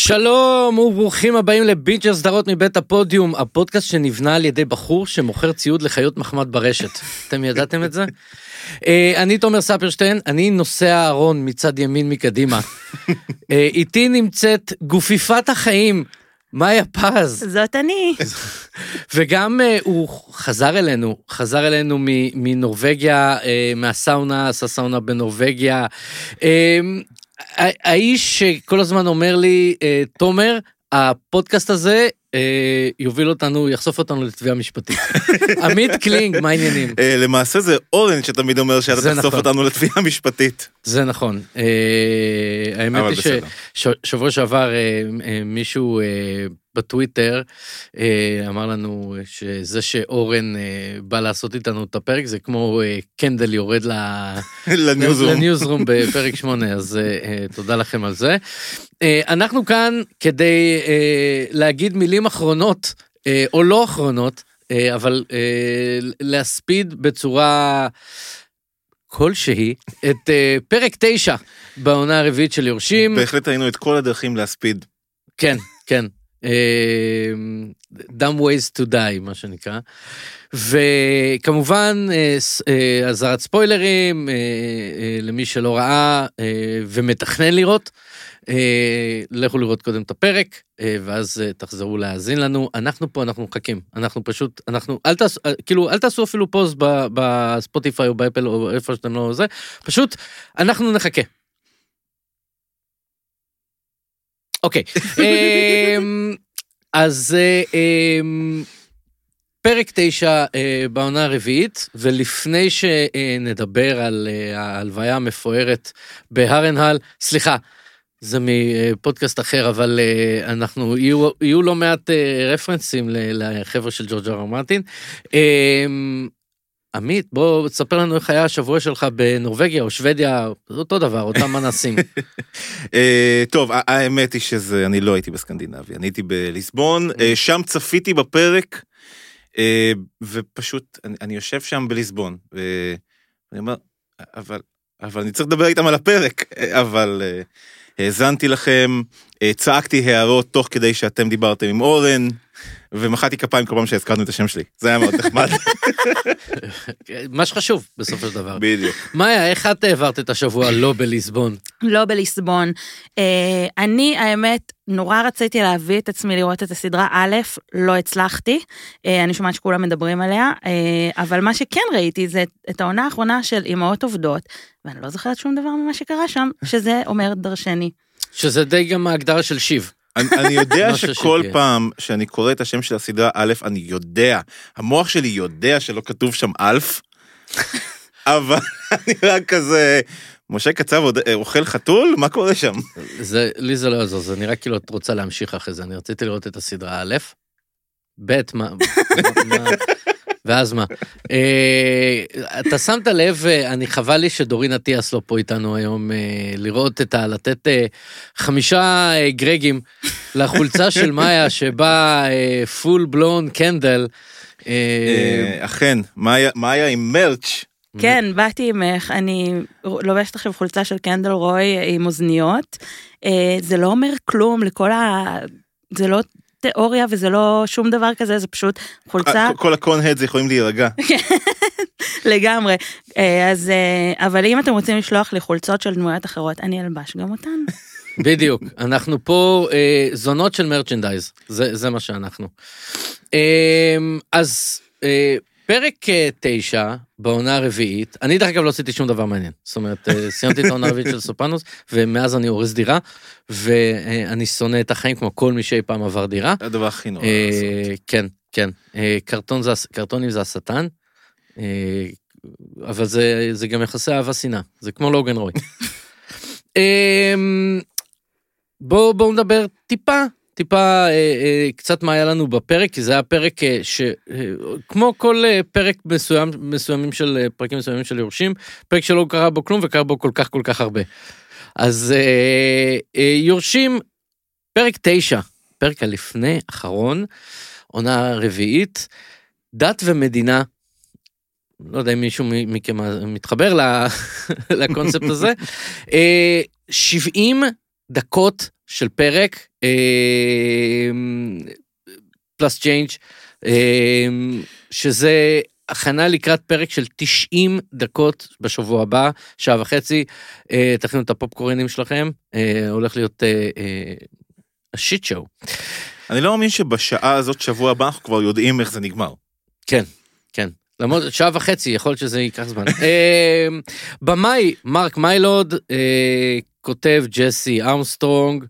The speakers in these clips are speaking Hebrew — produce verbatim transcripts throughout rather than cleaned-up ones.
שלום וברוכים הבאים לבינג' סדרות מבית הפודיום, הפודקאסט שנבנה על ידי בחור שמוכר ציוד לחיות מחמד ברשת. אתם ידעתם את זה? אני תומר ספרשטיין, אני נוסע הארון מצד ימין מקדימה. איתי נמצאת גופיפת החיים, מאיה פז. זאת אני. וגם הוא חזר אלינו, חזר אלינו מנורווגיה, מהסאונה, עשה סאונה בנורווגיה. האיש שכל הזמן אומר לי, תומר, הפודקאסט הזה יוביל אותנו, יחשוף אותנו לתביעה משפטית. עמית קלינג, מה העניינים? למעשה זה אורן שתמיד אומר שאתה תחשוף אותנו לתביעה משפטית. זה נכון. האמת היא ששבוע שעבר מישהו בטוויטר אמר לנו שזה שאורן בא לעשות איתנו את הפרק, זה כמו קנדל יורד לניוזרום בפרק שמונה, אז תודה לכם על זה. אנחנו כאן כדי להגיד מילים אחרונות, או לא אחרונות, אבל להספיד בצורה כלשהי את פרק תשע בעונה הרביעית של יורשים. בהחלט היינו את כל הדרכים להספיד. כן, כן. dumb ways to die, מה שנקרא. וכמובן, עזרת ספוילרים, למי שלא ראה ומתכנן לראות, לכו לראות קודם את הפרק, ואז תחזרו להאזין לנו. אנחנו פה, אנחנו מחכים. אנחנו פשוט, אנחנו, אל תעשו, כאילו, אל תעשו אפילו פוז בספוטיפיי או באפל או איפה שאתם לא זה, פשוט, אנחנו נחכה. אוקיי, אז פרק תשע בעונה הרביעית, ולפני שנדבר על ההלוויה המפוארת בהרנהל, סליחה, זה מפודקאסט אחר, אבל אנחנו, יהיו, יהיו לא מעט רפרנסים לחבר'ה של ג'ורג' אר מרטין. עמית, בוא תספר לנו איך היה השבוע שלך בנורווגיה או שוודיה, זה אותו דבר, אותם מנסים. טוב, האמת היא שזה, אני לא הייתי בסקנדינביה, אני הייתי בליסבון, שם צפיתי בפרק, ופשוט, אני יושב שם בליסבון, ואני אומר, אבל, אבל אני צריך לדבר איתם על הפרק, אבל האזנתי לכם, צעקתי הערות תוך כדי שאתם דיברתם עם אורן, ומחאתי כפיים כל פעם שהזכרנו את השם שלי. זה היה מאוד נחמד. מה שחשוב, בסופו של דבר. בדיוק. מאיה, איך את העברת את השבוע לא בליסבון? לא בליסבון. אני, האמת, נורא רציתי להביא את עצמי לראות את הסדרה א', לא הצלחתי. אני שומעת שכולם מדברים עליה, אבל מה שכן ראיתי זה את העונה האחרונה של אמהות עובדות, ואני לא זוכרת שום דבר ממה שקרה שם, שזה אומר דרשני. שזה די גם ההגדרה של שיב. אני יודע שכל פעם שאני קורא את השם של הסדרה א', אני יודע, המוח שלי יודע שלא כתוב שם אלף, אבל אני רק כזה, משה קצב אוכל חתול, מה קורה שם? לי זה לא יעזור, זה נראה כאילו את רוצה להמשיך אחרי זה, אני רציתי לראות את הסדרה א', ב', מה, ואז מה? אתה שמת לב, אני חבל לי שדורין אטיאס לא פה איתנו היום, לראות את ה... לתת חמישה גרגים לחולצה של מאיה, שבה פול בלון קנדל. אכן, מאיה עם מרץ'. כן, באתי עמך, אני לובשת עכשיו חולצה של קנדל רוי עם אוזניות, זה לא אומר כלום לכל ה... זה לא... תיאוריה, וזה לא שום דבר כזה, זה פשוט חולצה. כל הקון-הדס יכולים להירגע. לגמרי. אז, אבל אם אתם רוצים לשלוח לי חולצות של דמויות אחרות, אני אלבש גם אותן. בדיוק. אנחנו פה זונות של מרצ'נדייז. זה, זה מה שאנחנו. אז פרק תשע, בעונה הרביעית, אני דרך אגב לא עשיתי שום דבר מעניין, זאת אומרת, סיימתי את העונה הרביעית של סופנוס, ומאז אני הורס דירה, ואני שונא את החיים כמו כל מי שאי פעם עבר דירה. הדבר הכי נורא לעשות. כן, כן. קרטונים זה השטן, אבל זה גם יחסי אהבה שנאה, זה כמו לוגן רוי. בואו נדבר טיפה, טיפה קצת מה היה לנו בפרק, כי זה היה פרק שכמו כל פרק מסוים, מסוימים של, פרקים מסוימים של יורשים, פרק שלא קרה בו כלום וקרה בו כל כך כל כך הרבה. אז יורשים, פרק תשע, פרק הלפני אחרון, עונה רביעית, דת ומדינה, לא יודע אם מישהו מכם מתחבר לקונספט הזה, שבעים דקות של פרק, פלוס צ'יינג', שזה הכנה לקראת פרק של תשעים דקות בשבוע הבא, שעה וחצי, תכינו את הפופקורנים שלכם, הולך להיות השיט שואו. אני לא מאמין שבשעה הזאת שבוע הבא אנחנו כבר יודעים איך זה נגמר. כן, כן. למרות שעה וחצי, יכול להיות שזה ייקח זמן. במאי, מרק מיילוד, כותב ג'סי ארמסטרונג,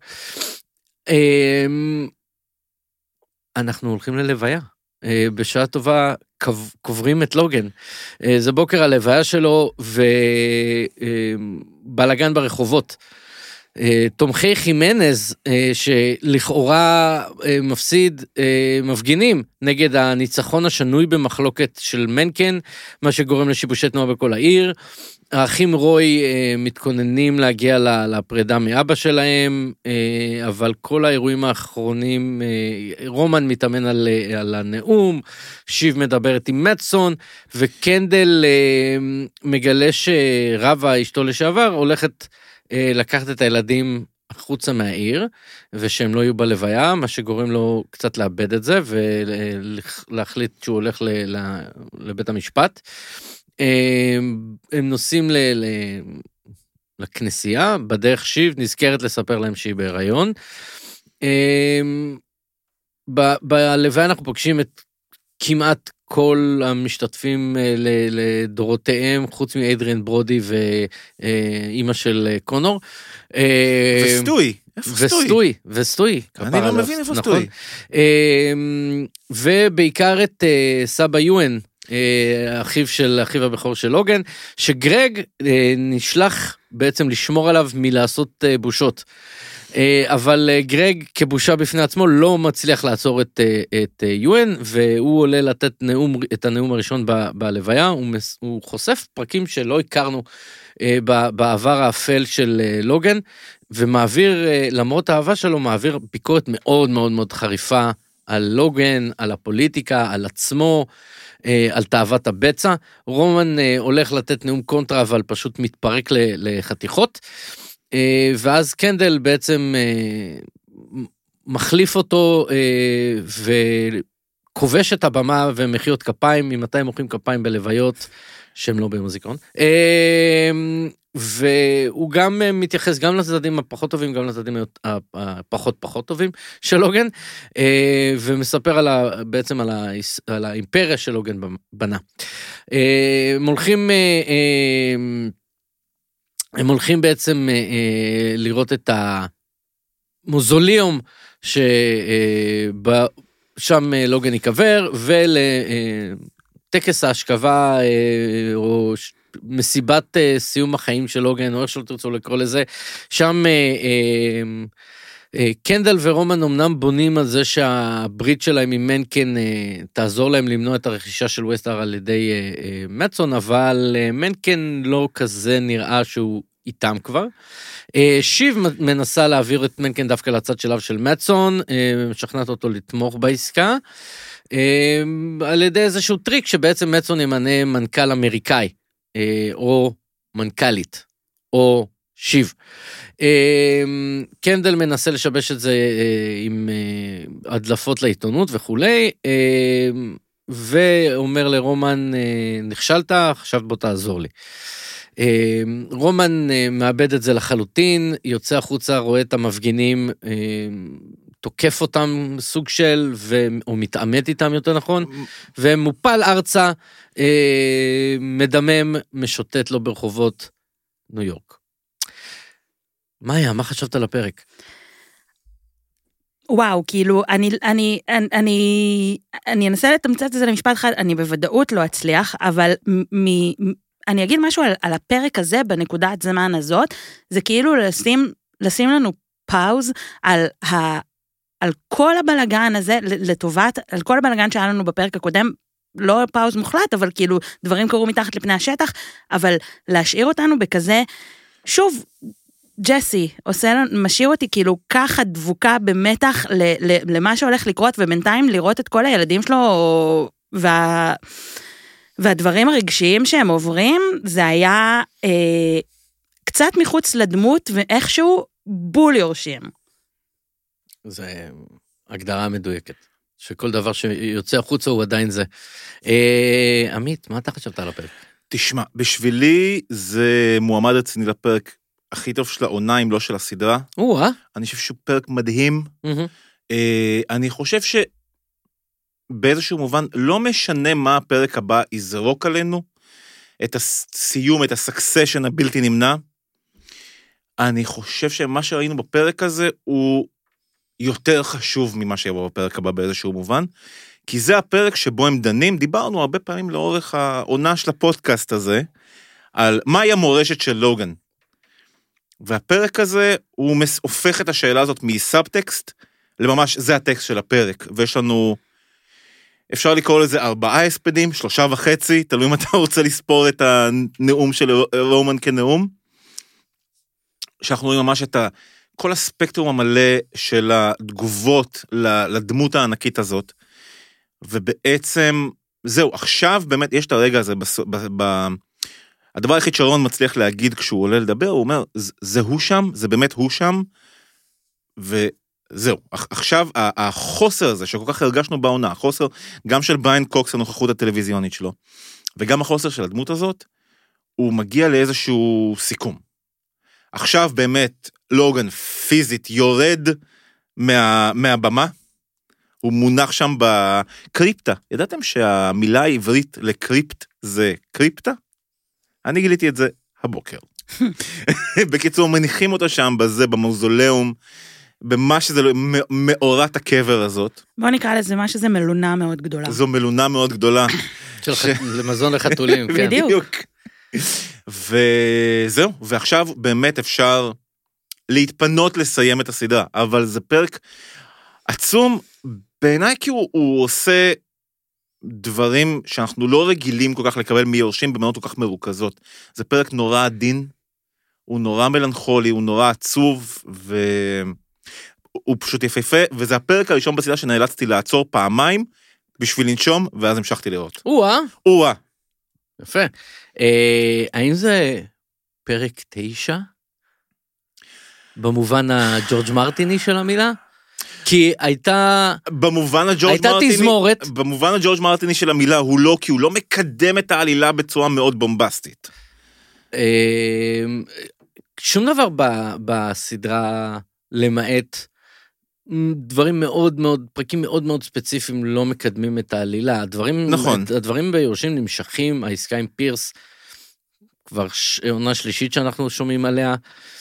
אנחנו הולכים ללוויה. בשעה טובה קוברים את לוגן. זה בוקר הלוויה שלו ובלגן ברחובות. תומכי חימנז שלכאורה מפסיד מפגינים נגד הניצחון השנוי במחלוקת של מנקן, מה שגורם לשיבושי תנועה בכל העיר. האחים רוי מתכוננים להגיע לפרידה מאבא שלהם, אבל כל האירועים האחרונים, רומן מתאמן על, על הנאום, שיב מדברת עם מצון, וקנדל מגלה שרבה אשתו לשעבר הולכת לקחת את הילדים החוצה מהעיר, ושהם לא יהיו בלוויה, מה שגורם לו קצת לאבד את זה, ולהחליט שהוא הולך לבית המשפט. הם נוסעים ל, ל, לכנסייה, בדרך שיב, נזכרת לספר להם שהיא בהיריון. בלוויה אנחנו פוגשים את כמעט כל המשתתפים לדורותיהם, חוץ מאדריאן ברודי ואימא של קונור. וסטוי. וסטוי, וסטוי. אני לא מבין איפה סטוי. ובעיקר את סבא יואן, אחיו של אחיו הבכור של לוגן, שגרג נשלח בעצם לשמור עליו מלעשות בושות. אבל גרג כבושה בפני עצמו לא מצליח לעצור את, את יואן, והוא עולה לתת נאום, את הנאום הראשון ב, בלוויה, הוא, מס, הוא חושף פרקים שלא הכרנו בעבר האפל של לוגן, ומעביר, למרות האהבה שלו, מעביר ביקורת מאוד מאוד מאוד חריפה על לוגן, על הפוליטיקה, על עצמו, על תאוות הבצע. רומן הולך לתת נאום קונטרה, אבל פשוט מתפרק לחתיכות, ואז קנדל בעצם מחליף אותו וכובש את הבמה ומחיות כפיים, ממתי מוחאים כפיים בלוויות שהם לא במוזיקון. והוא גם מתייחס גם לצדדים הפחות טובים, גם לצדדים הפחות פחות טובים של לוגן, ומספר על ה, בעצם על, ה, על האימפריה של לוגן בנה. הם הולכים, הם הולכים בעצם לראות את המוזוליום ששם לוגן יקבר, ולטקס ההשכבה או מסיבת סיום החיים של לוגן, או איך שלא תרצו לקרוא לזה, שם קנדל ורומן אמנם בונים על זה שהברית שלהם עם מנקן תעזור להם למנוע את הרכישה של ווסטהר על ידי מצון, אבל מנקן לא כזה נראה שהוא איתם כבר. שיב מנסה להעביר את מנקן דווקא לצד שלב של מצון, משכנעת אותו לתמוך בעסקה, על ידי איזשהו טריק שבעצם מצון ימנה מנכ"ל אמריקאי, או מנכ"לית, או שיב. קנדל מנסה לשבש את זה עם הדלפות לעיתונות וכולי, ואומר לרומן, נכשלת, עכשיו בוא תעזור לי. רומן מאבד את זה לחלוטין, יוצא החוצה, רואה את המפגינים, תוקף אותם סוג של, או מתעמת איתם יותר נכון, ומופל ארצה, מדמם, משוטט לו ברחובות ניו יורק. מאיה, מה חשבת על הפרק? וואו, כאילו, אני, אני, אני, אני, אני אנסה לתמצת את זה למשפט אחד, אני בוודאות לא אצליח, אבל מ, אני אגיד משהו על, על הפרק הזה, בנקודת זמן הזאת, זה כאילו לשים, לשים לנו פאוז על ה, על כל הבלגן הזה, לטובת, על כל הבלגן שהיה לנו בפרק הקודם, לא פאוז מוחלט, אבל כאילו דברים קרו מתחת לפני השטח, אבל להשאיר אותנו בכזה, שוב, ג'סי עושה, משאיר אותי כאילו ככה דבוקה במתח ל, ל, למה שהולך לקרות, ובינתיים לראות את כל הילדים שלו, וה, והדברים הרגשיים שהם עוברים, זה היה אה, קצת מחוץ לדמות, ואיכשהו בול יורשים. זה הגדרה מדויקת, שכל דבר שיוצא החוצה הוא עדיין זה. אה, עמית, מה אתה חשבת על הפרק? תשמע, בשבילי זה מועמד רציני לפרק הכי טוב של העונה, אם לא של הסדרה. או-אה. אני חושב שהוא פרק מדהים. אה, אני חושב שבאיזשהו מובן, לא משנה מה הפרק הבא יזרוק עלינו, את הסיום, את הסקסשן הבלתי נמנע, אני חושב שמה שראינו בפרק הזה, הוא יותר חשוב ממה שיבוא בפרק הבא באיזשהו מובן, כי זה הפרק שבו הם דנים, דיברנו הרבה פעמים לאורך העונה של הפודקאסט הזה, על מהי המורשת של לוגן. והפרק הזה, הוא הופך את השאלה הזאת מסאבטקסט, לממש, זה הטקסט של הפרק, ויש לנו, אפשר לקרוא לזה ארבעה הספדים, שלושה וחצי, תלוי אם אתה רוצה לספור את הנאום של רומן כנאום, שאנחנו רואים ממש את ה... כל הספקטרום המלא של התגובות לדמות הענקית הזאת, ובעצם, זהו, עכשיו באמת יש את הרגע הזה, ב, ב, הדבר היחיד שרון מצליח להגיד כשהוא עולה לדבר, הוא אומר, זה הוא שם, זה באמת הוא שם, וזהו, עכשיו החוסר הזה, שכל כך הרגשנו בעונה, החוסר גם של בריין קוקס, הנוכחות הטלוויזיונית שלו, וגם החוסר של הדמות הזאת, הוא מגיע לאיזשהו סיכום. עכשיו באמת לוגן פיזית יורד מה, מהבמה, הוא מונח שם בקריפטה. ידעתם שהמילה העברית לקריפט זה קריפטה? אני גיליתי את זה הבוקר. בקיצור, מניחים אותו שם בזה, במאוזולאום, במה שזה מאורת הקבר הזאת. בוא נקרא לזה מה שזה מלונה מאוד גדולה. זו מלונה מאוד גדולה. למזון לחתולים, כן. בדיוק. וזהו, ועכשיו באמת אפשר להתפנות לסיים את הסדרה, אבל זה פרק עצום בעיניי, כי הוא, הוא עושה דברים שאנחנו לא רגילים כל כך לקבל מיורשים במנות כל כך מרוכזות. זה פרק נורא עדין, הוא נורא מלנכולי, הוא נורא עצוב, והוא פשוט יפהפה, וזה הפרק הראשון בסדרה שנאלצתי לעצור פעמיים בשביל לנשום, ואז המשכתי לראות. או-אה. או-אה. יפה. אה, האם זה פרק תשע? במובן הג'ורג' מרטיני של המילה? כי הייתה... במובן הג'ורג' הייתה מרטיני... תזמורת. במובן הג'ורג' מרטיני של המילה הוא לא, כי הוא לא מקדם את העלילה בצורה מאוד בומבסטית. אה, שום דבר ב, בסדרה למעט... דברים מאוד מאוד, פרקים מאוד מאוד ספציפיים לא מקדמים את העלילה. הדברים, נכון. הדברים ביורשים נמשכים, העסקה עם פירס, כבר עונה שלישית שאנחנו שומעים עליה,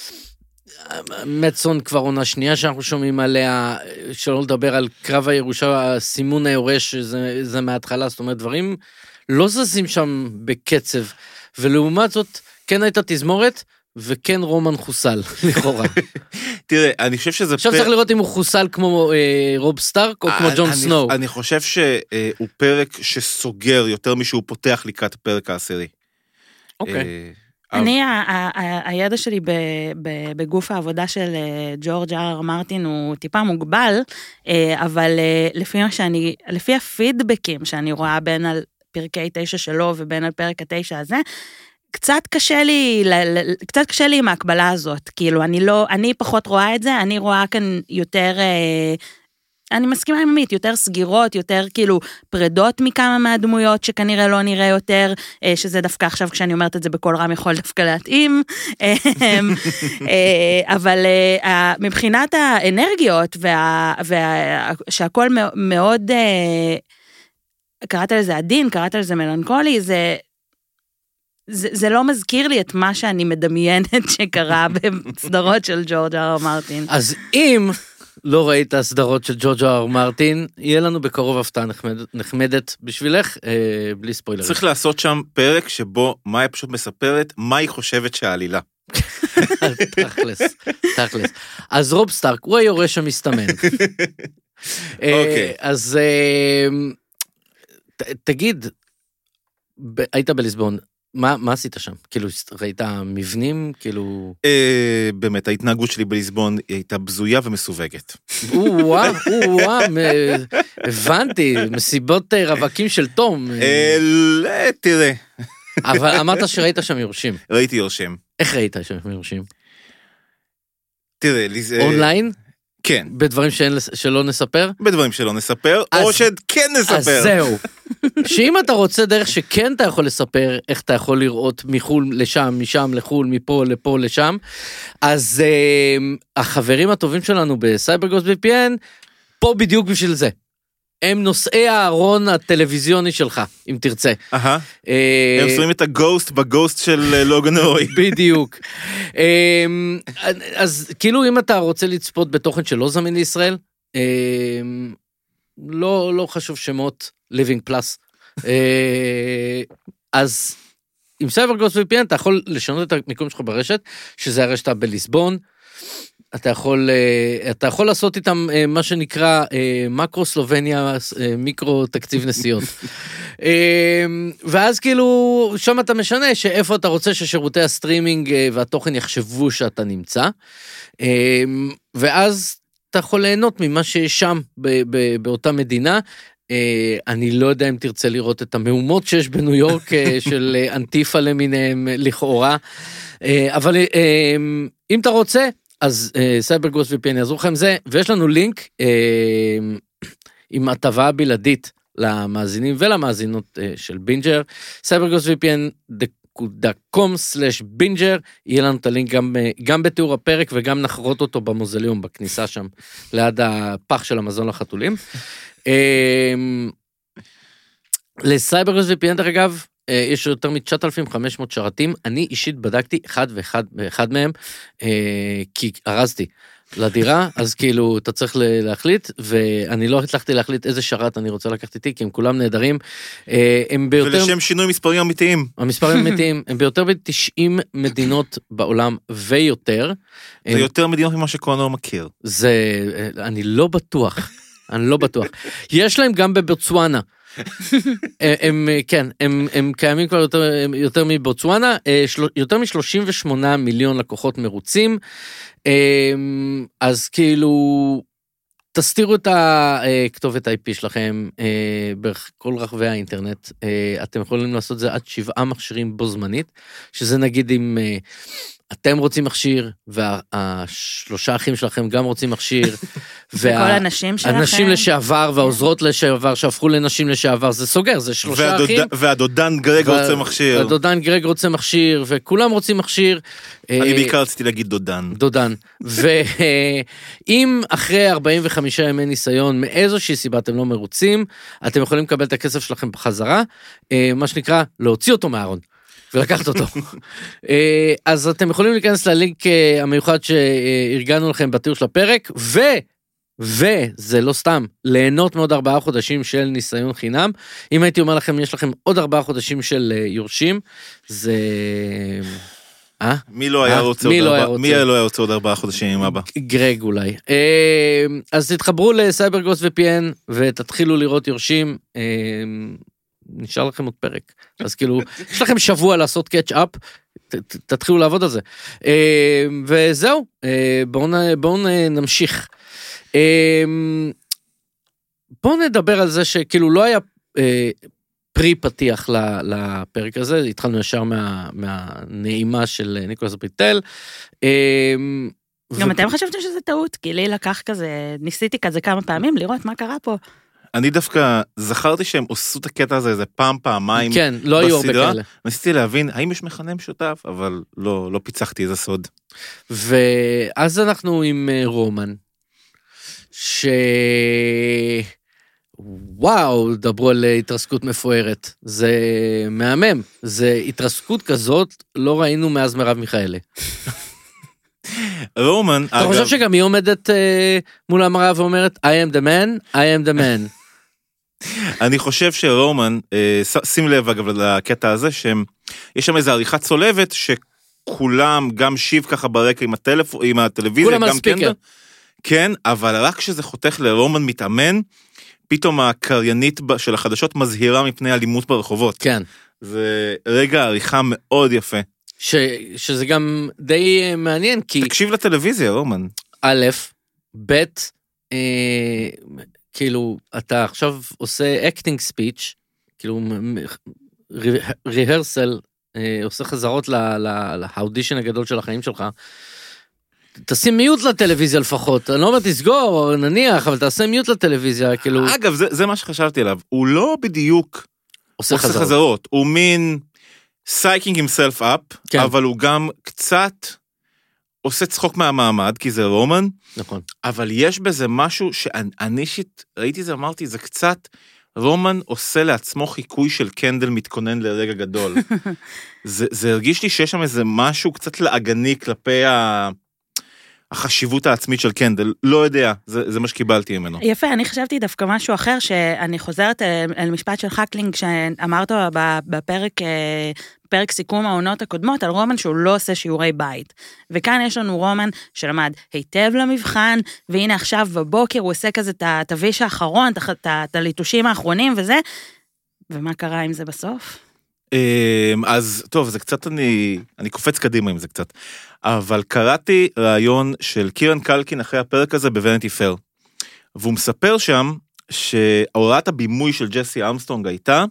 מצון כבר עונה שנייה שאנחנו שומעים עליה, שלא לדבר על קרב הירושה, סימון היורש, זה, זה מההתחלה, זאת אומרת, דברים לא זזים שם בקצב, ולעומת זאת, כן הייתה תזמורת, וכן רומן חוסל, לכאורה. תראה, אני חושב שזה... עכשיו צריך לראות אם הוא חוסל כמו רוב סטארק, או כמו ג'ון סנואו. אני חושב שהוא פרק שסוגר יותר משהוא פותח לקראת הפרק העשירי. אוקיי. אני, הידע שלי בגוף העבודה של ג'ורג' אר מרטין הוא טיפה מוגבל, אבל לפי מה שאני, לפי הפידבקים שאני רואה בין על פרקי תשע שלו ובין על פרק התשע הזה, קצת קשה לי, קצת קשה לי עם ההקבלה הזאת, כאילו, אני לא, אני פחות רואה את זה, אני רואה כאן יותר, אני מסכימה עם עמית, יותר סגירות, יותר כאילו פרדות מכמה מהדמויות שכנראה לא נראה יותר, שזה דווקא עכשיו כשאני אומרת את זה בכל רם יכול דווקא להתאים, אבל מבחינת האנרגיות, שהכל מאוד, קראת לזה עדין, קראת לזה מלנכולי, זה, זה, זה לא מזכיר לי את מה שאני מדמיינת שקרה בסדרות של ג'ורג' אר מרטין. אז אם לא ראית הסדרות של ג'ורג' אר מרטין, יהיה לנו בקרוב הפתעה נחמד, נחמדת בשבילך, אה, בלי ספוילר. צריך לעשות שם פרק שבו מאי פשוט מספרת מה היא חושבת שהעלילה. תכלס, תכלס. אז רוב סטארק, הוא היורש המסתמן. אוקיי. אז תגיד, היית בליסבון, מה, מה עשית שם? כאילו, ראית מבנים? כאילו... אה, באמת, ההתנהגות שלי בליסבון הייתה בזויה ומסווגת. או-אה, או-אה, הבנתי, מסיבות רווקים של תום. אה, תראה. אבל אמרת שראית שם יורשים. ראיתי יורשים. איך ראית שם יורשים? תראה, אונליין? כן. בדברים שאין, שלא נספר? בדברים שלא נספר, אז, או שכן נספר. אז זהו. שאם אתה רוצה דרך שכן אתה יכול לספר, איך אתה יכול לראות מחול לשם, משם לחול, מפה לפה לשם, אז uh, החברים הטובים שלנו בסייברגוס וי פי אן, פה בדיוק בשביל זה. הם נושאי הארון הטלוויזיוני שלך, אם תרצה. אהה. הם שמים את הגוסט בגוסט של לוגן רוי. בדיוק. אז כאילו אם אתה רוצה לצפות בתוכן שלא זמין לישראל, לא לא חשוב שמות Living Plus. אז עם סייברגוס וי פי אן אתה יכול לשנות את המיקום שלך ברשת, שזה הרשת בליסבון, אתה יכול, אתה יכול לעשות איתם מה שנקרא מקרו סלובניה, מיקרו תקציב נסיעות. ואז כאילו, שם אתה משנה שאיפה אתה רוצה ששירותי הסטרימינג והתוכן יחשבו שאתה נמצא, ואז אתה יכול ליהנות ממה שיש שם באותה מדינה. אני לא יודע אם תרצה לראות את המהומות שיש בניו יורק של אנטיפה למיניהם לכאורה, אבל אם אתה רוצה, אז סייברגוס וי פי אן יעזרו לכם זה, ויש לנו לינק עם הטבה בלעדית למאזינים ולמאזינות של בינג'ר, סייברגוס וי פי אן דוט קום סלש בינג'ר, יהיה לנו את הלינק גם, גם בתיאור הפרק, וגם נחרות אותו במוזיאום, בכניסה שם, ליד הפח של המזון לחתולים. לסייברגוס וי פי אן, דרך אגב, יש יותר מ-תשעת אלפים וחמש מאות שרתים, אני אישית בדקתי אחד ואחד, ואחד מהם, כי הרזתי לדירה, אז כאילו אתה צריך להחליט, ואני לא הצלחתי להחליט איזה שרת אני רוצה לקחת איתי, כי הם כולם נהדרים, הם ביותר... ולשם שינוי מספרים אמיתיים. המספרים אמיתיים, הם ביותר ב-תשעים מדינות בעולם ויותר. זה הם... יותר מדינות ממה שקונור מכיר. זה, אני לא בטוח, אני לא בטוח. יש להם גם בבוצואנה, הם, כן, הם, הם קיימים כבר יותר, יותר מבוצואנה, יותר מ-שלושים ושמונה מיליון לקוחות מרוצים, אז כאילו, תסתירו את הכתובת איי פי שלכם בכל רחבי האינטרנט, אתם יכולים לעשות את זה עד שבעה מכשירים בו זמנית, שזה נגיד אם... אתם רוצים מכשיר, והשלושה אחים שלכם גם רוצים מכשיר, וכל הנשים שלכם. הנשים לשעבר, והעוזרות לשעבר, שהפכו לנשים לשעבר, זה סוגר, זה שלושה אחים. והדודן גרג רוצה מכשיר. והדודן גרג רוצה מכשיר, וכולם רוצים מכשיר. אני בעיקר רציתי להגיד דודן. דודן. ואם אחרי ארבעים וחמישה ימי ניסיון, מאיזושהי סיבה אתם לא מרוצים, אתם יכולים לקבל את הכסף שלכם בחזרה, מה שנקרא, להוציא אותו מהארון. ולקחת אותו. אז אתם יכולים להיכנס ללינק המיוחד שארגנו לכם בתיאור של הפרק, ו, וזה לא סתם, ליהנות מעוד ארבעה חודשים של ניסיון חינם. אם הייתי אומר לכם, יש לכם עוד ארבעה חודשים של יורשים, זה... אה? מי לא היה רוצה עוד ארבעה, מי לא היה רוצה עוד ארבעה חודשים עם אבא? גרג אולי. אז תתחברו לסייברגוס וי פי אן, ותתחילו לראות יורשים, נשאר לכם עוד פרק, אז כאילו, יש לכם שבוע לעשות קאץ'-אפ, תתחילו לעבוד על זה. וזהו, בואו נמשיך. בואו נדבר על זה שכאילו לא היה פרי פתיח לפרק הזה, התחלנו ישר מהנעימה של ניקולס ביטל. גם אתם חשבתם שזה טעות, כי לי לקח כזה, ניסיתי כזה כמה פעמים לראות מה קרה פה. אני דווקא זכרתי שהם עשו את הקטע הזה איזה פעם, פעמיים כן, לא היו הרבה כאלה. ניסיתי להבין האם יש מכנה משותף, אבל לא, לא פיצחתי איזה סוד. ואז אנחנו עם רומן, ש... וואו, דברו על התרסקות מפוארת. זה מהמם. זה התרסקות כזאת, לא ראינו מאז מרב מיכאלי. רומן, אתה חושב שגם היא עומדת מול המראה ואומרת, I am the man, I am the man. אני חושב שרומן, שים לב אגב לקטע הזה, שיש שם איזו עריכה צולבת, שכולם, גם שיב ככה ברקע עם הטלפון, עם הטלוויזיה, כולם על ספיקר. כן, אבל רק כשזה חותך לרומן מתאמן, פתאום הקריינית של החדשות מזהירה מפני אלימות ברחובות. כן. זה רגע עריכה מאוד יפה. ש, שזה גם די מעניין, כי... תקשיב לטלוויזיה, רומן. א', ב', אה, כאילו, אתה עכשיו עושה אקטינג ספיץ', כאילו, ריהרסל, אה, עושה חזרות להאודישן הגדול של החיים שלך, תשים מיוט לטלוויזיה לפחות, אני לא אומר תסגור, נניח, אבל תעשה מיוט לטלוויזיה, כאילו... אגב, זה, זה מה שחשבתי עליו, הוא לא בדיוק עושה, עושה חזרות. חזרות, הוא מין סייקינג himself up, כן. אבל הוא גם קצת עושה צחוק מהמעמד, כי זה רומן, נכון. אבל יש בזה משהו שאני אישית, ראיתי זה, אמרתי, זה קצת, רומן עושה לעצמו חיקוי של קנדל מתכונן לרגע גדול. זה, זה הרגיש לי שיש שם איזה משהו קצת לעגני כלפי ה... החשיבות העצמית של קנדל, לא יודע, זה, זה מה שקיבלתי ממנו. יפה, אני חשבתי דווקא משהו אחר, שאני חוזרת אל משפט של חקלינג, שאמרת בפרק, פרק סיכום העונות הקודמות, על רומן שהוא לא עושה שיעורי בית. וכאן יש לנו רומן שלמד היטב למבחן, והנה עכשיו בבוקר הוא עושה כזה את התביש האחרון, את הליטושים האחרונים וזה, ומה קרה עם זה בסוף? אז טוב, זה קצת, אני, אני קופץ קדימה עם זה קצת, אבל קראתי רעיון של קירן קלקין אחרי הפרק הזה בוונטי פייר, והוא מספר שם שהוראת הבימוי של ג'סי ארמסטרונג הייתה,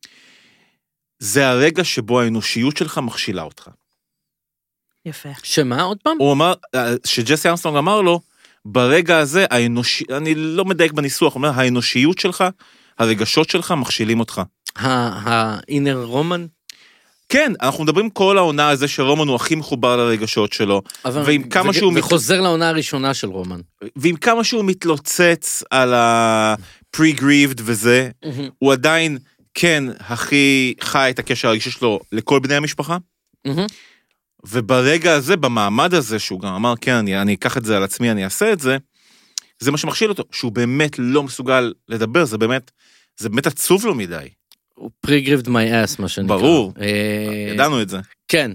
זה הרגע שבו האנושיות שלך מכשילה אותך. יפה. שמה עוד פעם? הוא אמר, שג'סי ארמסטרונג אמר לו, ברגע הזה, האנושי, אני לא מדייק בניסוח, הוא אומר, האנושיות שלך, הרגשות שלך מכשילים אותך. האינר רומן? כן, אנחנו מדברים כל העונה הזה שרומן הוא הכי מחובר לרגשות שלו, ועם כמה שהוא... וחוזר לעונה הראשונה של רומן. ועם כמה שהוא מתלוצץ על ה-pre-grieved וזה, הוא עדיין, כן, הכי חי את הקשר הרגשי שלו לכל בני המשפחה, וברגע הזה, במעמד הזה, שהוא גם אמר, כן, אני, אני אקח את זה על עצמי, אני אעשה את זה, זה מה שמכשיל אותו, שהוא באמת לא מסוגל לדבר, זה באמת, זה באמת עצוב לו מדי. הוא pre-grieved my ass, מה שנקרא. ברור, ידענו את זה. כן.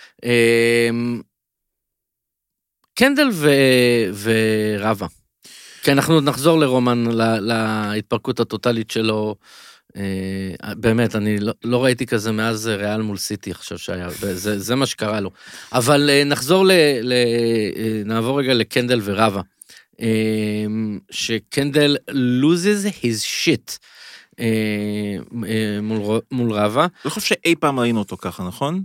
קנדל ורבה. כי אנחנו עוד נחזור לרומן, להתפרקות הטוטלית שלו. באמת, אני לא ראיתי כזה מאז ריאל מול סיטי, עכשיו שהיה, זה מה שקרה לו. אבל נחזור, נעבור רגע לקנדל ורבה. שקנדל loses his shit. מול, מול רבה. לא חושב שאי פעם ראינו אותו ככה, נכון?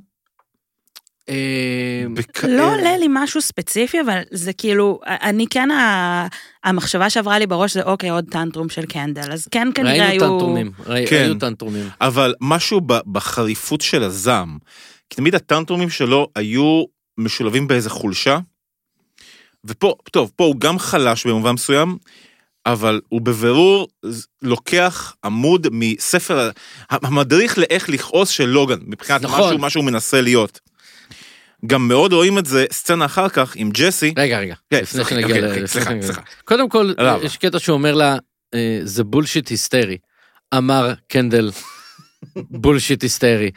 לא עולה לי משהו ספציפי, אבל זה כאילו, אני כן, המחשבה שעברה לי בראש זה, אוקיי, עוד טנטרום של קנדל, אז כן כנראה היו... ראינו טנטרומים, ראינו טנטרומים. אבל משהו בחריפות של הזעם, כי תמיד הטנטרומים שלו היו משולבים באיזה חולשה, ופה, טוב, פה הוא גם חלש במובן מסוים, אבל הוא בבירור לוקח עמוד מספר, המדריך לאיך לכעוס של לוגן, מבחינת נכון. משהו, משהו מנסה להיות. גם מאוד רואים את זה, סצנה אחר כך עם ג'סי. רגע, רגע. כן, סליחה, אוקיי, סליחה, סליחה. קודם כל, יש קטע שהוא אומר לה, זה בולשיט היסטרי. אמר קנדל, בולשיט היסטרי.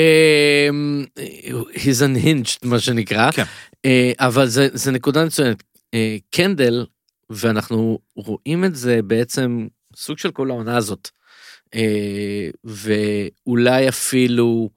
he's unhinged, מה שנקרא. כן. אבל זה, זה נקודה מצוינת. קנדל, ואנחנו רואים את זה בעצם סוג של כל העונה הזאת, ואולי אפילו,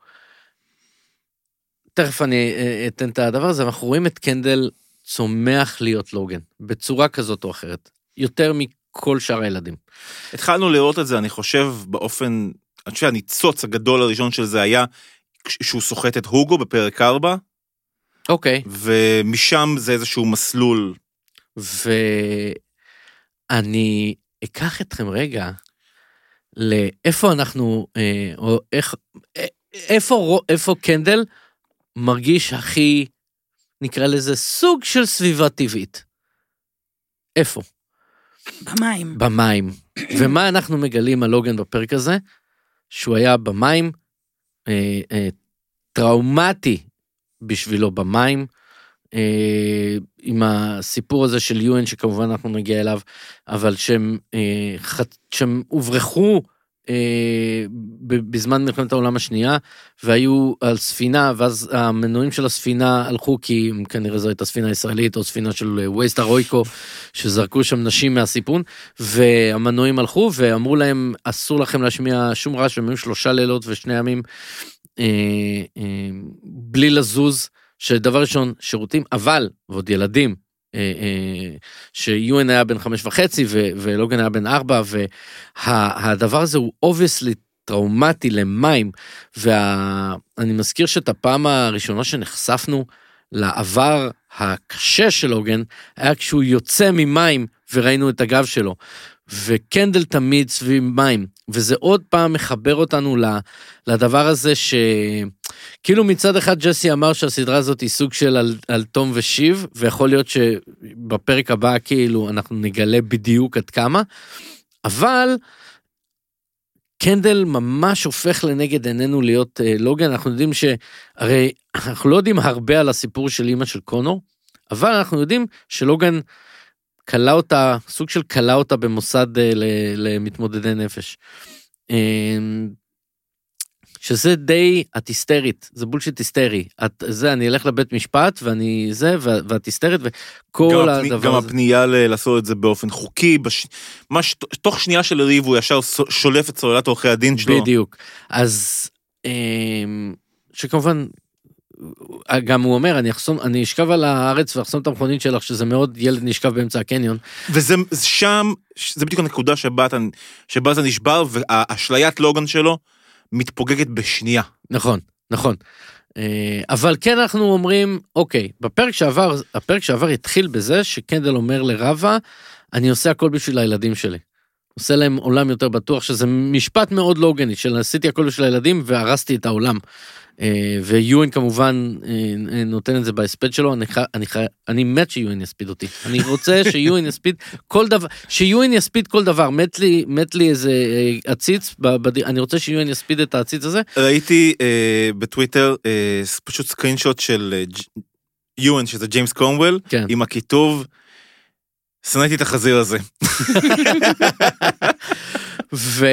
תכף אני אתן את הדבר הזה, אנחנו רואים את קנדל צומח להיות לוגן, בצורה כזאת או אחרת, יותר מכל שאר הילדים. התחלנו לראות את זה, אני חושב, באופן, אני חושב שהניצוץ הגדול הראשון של זה היה, שהוא סוחט את הוגו בפרק ארבע, אוקיי. ומשם זה איזשהו מסלול, ואני אקח אתכם רגע לאיפה אנחנו, או איך, איפה, איפה קנדל מרגיש הכי, נקרא לזה, סוג של סביבה טבעית. איפה? במים. במים. ומה אנחנו מגלים על לוגן בפרק הזה? שהוא היה במים, אה, אה, טראומטי בשבילו במים, עם הסיפור הזה של יואן, שכמובן אנחנו נגיע אליו, אבל שהם, שהם הוברחו בזמן מלחמת העולם השנייה, והיו על ספינה, ואז המנועים של הספינה הלכו, כי כנראה זו הייתה ספינה ישראלית, או ספינה של וייסטה רויקו, שזרקו שם נשים מהסיפון, והמנועים הלכו, ואמרו להם, אסור לכם להשמיע שום רעש, והם היו שלושה לילות ושני ימים, בלי לזוז, שדבר ראשון, שירותים, אבל, ועוד ילדים, שיואן היה בן חמש וחצי, ולוגן היה בן ארבע, והדבר הזה הוא obviously טראומטי למים, ואני מזכיר שאת הפעם הראשונה שנחשפנו לעבר הקשה של לוגן, היה כשהוא יוצא ממים וראינו את הגב שלו, וקנדל תמיד סביב מים, וזה עוד פעם מחבר אותנו לדבר הזה ש... כאילו מצד אחד ג'סי אמר שהסדרה הזאת היא סוג של על, על תום ושיב, ויכול להיות שבפרק הבא כאילו אנחנו נגלה בדיוק עד כמה, אבל קנדל ממש הופך לנגד עינינו להיות אה, לוגן, אנחנו יודעים שהרי אנחנו לא יודעים הרבה על הסיפור של אמא של קונור, אבל אנחנו יודעים שלוגן קלה אותה, סוג של קלה אותה במוסד אה, למתמודדי נפש. אה, שזה די, את היסטרית, זה בולשיט היסטרי, את, זה, אני אלך לבית משפט, ואני זה, ואת היסטרית, וכל הדבר הזה. גם הפנייה לעשות את זה באופן חוקי, בש... ממש, תוך שנייה של ריב, הוא ישר שולף את סוללת עורכי הדין שלו. בדיוק, אז, שכמובן, גם הוא אומר, אני, אחסום, אני אשכב על הארץ, ואחסום את המכונית שלך, שזה מאוד ילד נשכב באמצע הקניון. וזה שם, זה בדיוק הנקודה שבה, שבה זה נשבר, והאשליית לוגן שלו, מתפוגגת בשנייה. נכון, נכון. אבל כן אנחנו אומרים, אוקיי, בפרק שעבר, הפרק שעבר התחיל בזה שקנדל אומר לרבה, אני עושה הכל בשביל הילדים שלי. עושה להם עולם יותר בטוח, שזה משפט מאוד לוגני, של עשיתי הכל בשביל הילדים והרסתי את העולם. ויואן כמובן נותן את זה בהספד שלו, אני, אני, אני מת שיואן יספיד אותי, אני רוצה שיואן יספיד כל דבר, שיואן יספיד כל דבר, מת לי, מת לי איזה עציץ, אני רוצה שיואן יספיד את העציץ הזה. ראיתי אה, בטוויטר אה, פשוט סקרינשוט של יואן, שזה ג'יימס קומוול, כן. עם הכיתוב, שנאתי את החזיר הזה. ו...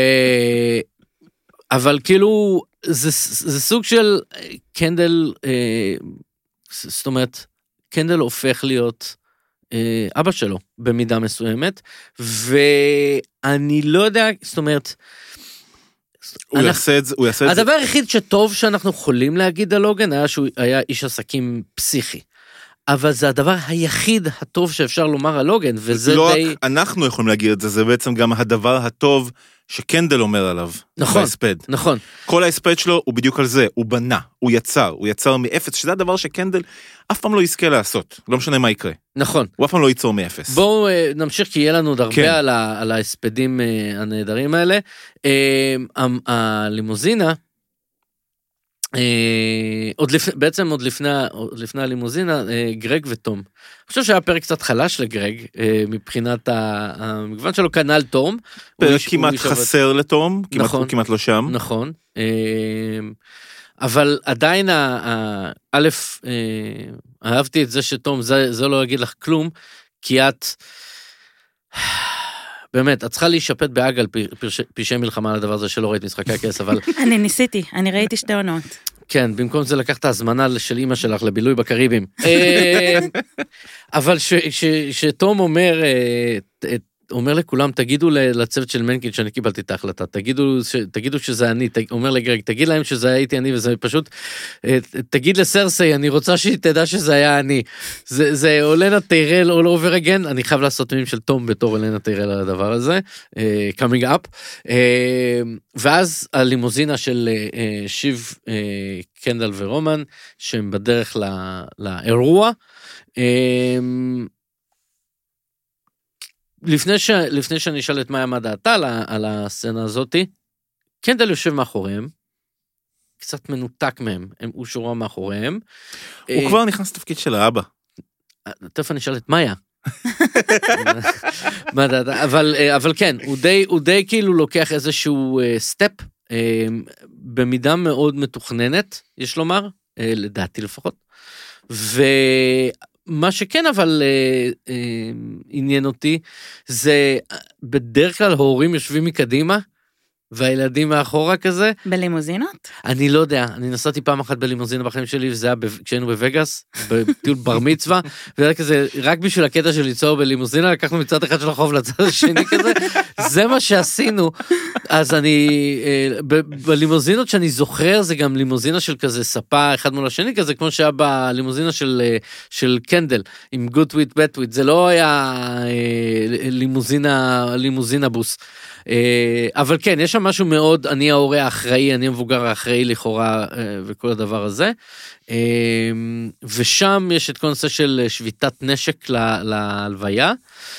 אבל כאילו, זה, זה סוג של קנדל, אה, זאת אומרת, קנדל הופך להיות אה, אבא שלו, במידה מסוימת, ואני לא יודע, זאת אומרת, הוא אנחנו, יעשה את זה, הוא יעשה את זה. הדבר היחיד שטוב שאנחנו יכולים להגיד על לוגן, היה שהוא היה איש עסקים פסיכי. אבל זה הדבר היחיד הטוב שאפשר לומר על לוגן, וזה לא די... רק אנחנו יכולים להגיד את זה, זה בעצם גם הדבר הטוב שקנדל אומר עליו. נכון, בהספד. נכון. כל ההספד שלו הוא בדיוק על זה, הוא בנה, הוא יצר, הוא יצר מאפס, שזה הדבר שקנדל אף פעם לא יזכה לעשות, לא משנה מה יקרה. נכון. הוא אף פעם לא ייצור מאפס. בואו נמשיך, כי יהיה לנו עוד הרבה כן. על, ה, על ההספדים הנהדרים האלה. הלימוזינה, עוד לפ... בעצם עוד לפני, עוד לפני הלימוזינה, גרג וטום. אני חושב שהיה פרק קצת חלש לגרג, מבחינת המגוון שלו, כנ"ל תום. פרק כמעט חסר לתום, כמעט, נכון, הוא כמעט לא שם. נכון. אבל עדיין, א', אהבתי את זה שתום, זה, זה לא אגיד לך כלום, כי את... באמת, את צריכה להישפט באג על פשעי מלחמה על הדבר הזה שלא ראית משחקי הכס, אבל... אני ניסיתי, אני ראיתי שתי עונות. כן, במקום זה לקחת הזמנה של אמא שלך לבילוי בקריבים. אבל שתום אומר, אומר לכולם, תגידו לצוות של מנקין שאני קיבלתי את ההחלטה, תגידו, תגידו שזה אני, אומר לגרג, תגיד להם שזה הייתי אני, וזה פשוט, תגיד לסרסי, אני רוצה שהיא תדע שזה היה אני. זה, זה אולנה טיירל all over again, אני חייב לעשות מילים של תום בתור אולנה טיירל על הדבר הזה, coming up, ואז הלימוזינה של שיב, קנדל ורומן, שהם בדרך לאירוע, לפני, ש... לפני שאני אשאל את מה עמד דעתה על, על הסצנה הזאת, קנדל יושב מאחוריהם, קצת מנותק מהם, הם, הוא שורה מאחוריהם. הוא כבר נכנס לתפקיד של האבא. תכף אני אשאל את מאיה. מה דעתה? אבל, אבל כן, הוא די, הוא די כאילו לוקח איזשהו סטפ, במידה מאוד מתוכננת, יש לומר, לדעתי לפחות, ו... מה שכן אבל אה, אה, עניין אותי, זה בדרך כלל הורים יושבים מקדימה, והילדים מאחורה כזה. בלימוזינות? אני לא יודע, אני נסעתי פעם אחת בלימוזינה בחיים שלי, וזה היה כשהיינו בווגאס, בטיול בר מצווה, וזה היה כזה, רק בשביל הקטע של ליצור בלימוזינה, לקחנו מצד אחד של החוב לצד השני כזה, זה מה שעשינו, אז אני, ב- בלימוזינות שאני זוכר, זה גם לימוזינה של כזה ספה אחד מול השני כזה, כמו שהיה בלימוזינה של, של קנדל, עם good with bad with, זה לא היה לימוזינה, לימוזינה בוס. אבל כן, יש שם משהו מאוד, אני ההורה האחראי, אני המבוגר האחראי לכאורה, וכל הדבר הזה. ושם יש את כל נושא של שביתת נשק להלוויה,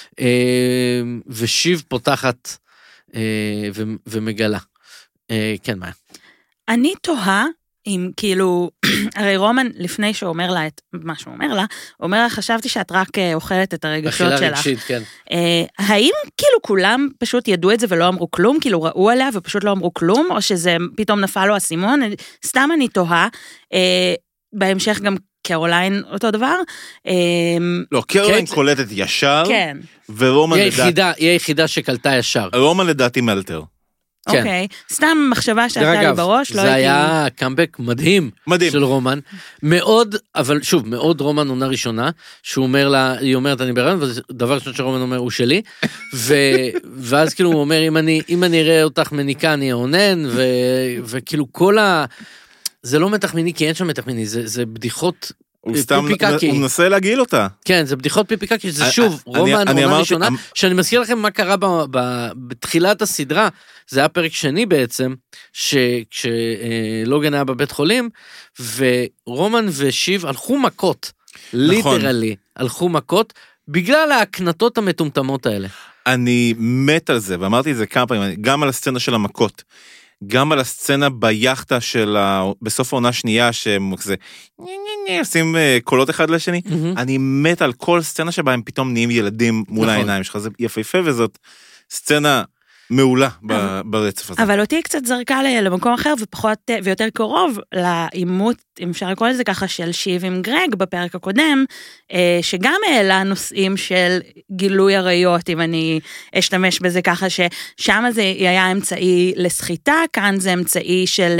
ושיב פותחת ומגלה. כן, מה? אני תוהה, אם כאילו, הרי רומן, לפני שהוא אומר לה את מה שהוא אומר לה, הוא אומר לה, חשבתי שאת רק אוכלת את הרגשות שלך. אכילה רגשית, כן. האם כאילו כולם פשוט ידעו את זה ולא אמרו כלום, כאילו ראו עליה ופשוט לא אמרו כלום, או שזה פתאום נפל לו הסימון? סתם אני תוהה, בהמשך גם קרוליין אותו דבר. לא, קרוליין קולטת ישר, ורומן לדעת... היא היחידה שקלטה ישר. רומן לדעתי מאלתר. אוקיי, סתם מחשבה שעלתה לי בראש, לא הייתי... זה היה קאמבק מדהים, מדהים של רומן, מאוד, אבל שוב, מאוד רומן עונה ראשונה, שהוא אומר לה, היא אומרת, אני בהיריון, ודבר ראשון שרומן אומר, הוא שלי, ואז כאילו הוא אומר, אם אני אראה אותך מניקה, אני אעונן, וכאילו כל ה... זה לא מתח מיני, כי אין שם מתח מיני, זה בדיחות... הוא סתם, הוא מנסה להגיל אותה. כן, זה בדיחות פיפיקקי, זה שוב, רומן, עונה ראשונה, שאני מזכיר לכם מה קרה בתחילת הסדרה, זה היה פרק שני בעצם, שכשלוגן היה בבית חולים, ורומן ושיב הלכו מכות, ליטרלי, הלכו מכות, בגלל ההקנטות המטומטמות האלה. אני מת על זה, ואמרתי את זה כמה פעמים, גם על הסצנה של המכות, גם על הסצנה ביחטה של, בסוף העונה שנייה, שהם כזה, עושים קולות אחד לשני, אני מת על כל סצנה שבה הם פתאום נהיים ילדים מול העיניים שלך, זה יפהפה, וזאת סצנה מעולה ברצף הזה. אבל אותי קצת זרקה למקום אחר, ופחות ויותר קרוב לעימות, אם אפשר לקרוא לזה ככה, של שיב עם גרג בפרק הקודם, שגם העלה נושאים של גילוי עריות, אם אני אשתמש בזה ככה, ששם זה היה אמצעי לסחיטה, כאן זה אמצעי של,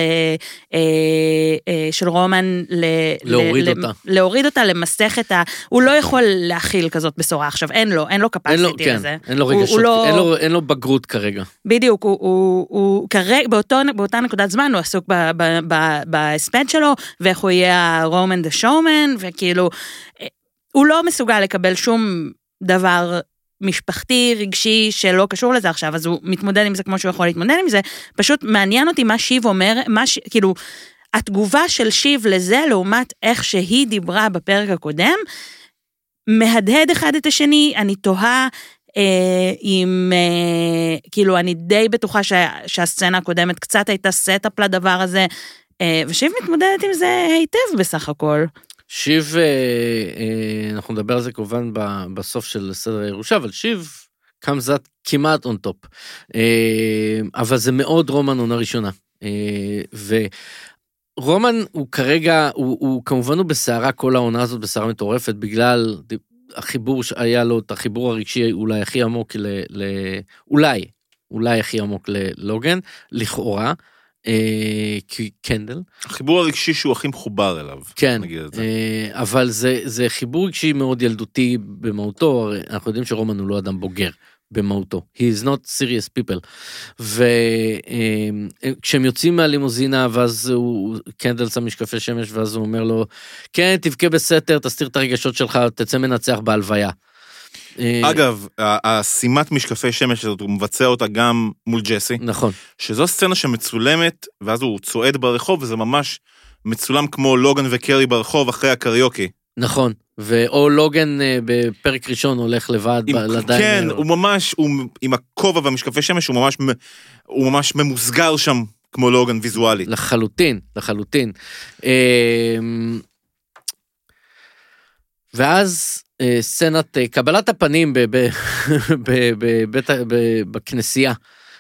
של רומן להוריד אותה. להוריד אותה, למסך את ה... הוא לא יכול להכיל כזאת בשורה עכשיו, אין לו, אין לו קפסיטי לזה. אין לו רגשות, אין לו בגרות כרגע. בדיוק, הוא כרגע, באותה נקודת זמן, הוא עסוק בהספד שלו, ואיך הוא יהיה רומן דה שואומן, וכאילו, הוא לא מסוגל לקבל שום דבר משפחתי, רגשי, שלא קשור לזה עכשיו, אז הוא מתמודד עם זה כמו שהוא יכול להתמודד עם זה, פשוט מעניין אותי מה שיב אומר, מה ש... כאילו, התגובה של שיב לזה, לעומת איך שהיא דיברה בפרק הקודם, מהדהד אחד את השני, אני תוהה, עם, כאילו, אני די בטוחה שהסצנה הקודמת קצת הייתה סטאפ לדבר הזה, ושיב מתמודדת עם זה היטב בסך הכל. שיב, אנחנו נדבר על זה כמובן בסוף של סדר הירושה, אבל שיב קמזת כמעט on top. אבל זה מאוד רומן עונה ראשונה. ורומן הוא כרגע, הוא, הוא כמובן הוא בסערה, כל העונה הזאת בסערה מטורפת, בגלל החיבור שהיה לו, את החיבור הרגשי אולי הכי עמוק, ל, ל, אולי, אולי הכי עמוק ללוגן, לכאורה, קנדל. החיבור הרגשי שהוא הכי מחובר אליו. כן, אבל זה, זה חיבור רגשי מאוד ילדותי במהותו, אנחנו יודעים שרומן הוא לא אדם בוגר במהותו. He is not serious people. וכשהם יוצאים מהלימוזינה, ואז הוא, קנדל שם משקפי שמש, ואז הוא אומר לו, כן, תבכה בסתר, תסתיר את הרגשות שלך, תצא מנצח בהלוויה. אגב, השימת משקפי שמש הזאת, הוא מבצע אותה גם מול ג'סי. נכון. שזו סצנה שמצולמת, ואז הוא צועד ברחוב, וזה ממש מצולם כמו לוגן וקרי ברחוב אחרי הקריוקי. נכון, ואו לוגן בפרק ראשון הולך לבד לדיים. כן, הוא ממש, הוא, עם הכובע והמשקפי שמש, הוא ממש, הוא ממש ממוסגר שם, כמו לוגן ויזואלית. לחלוטין, לחלוטין. ואז סצנת קבלת הפנים בכנסייה,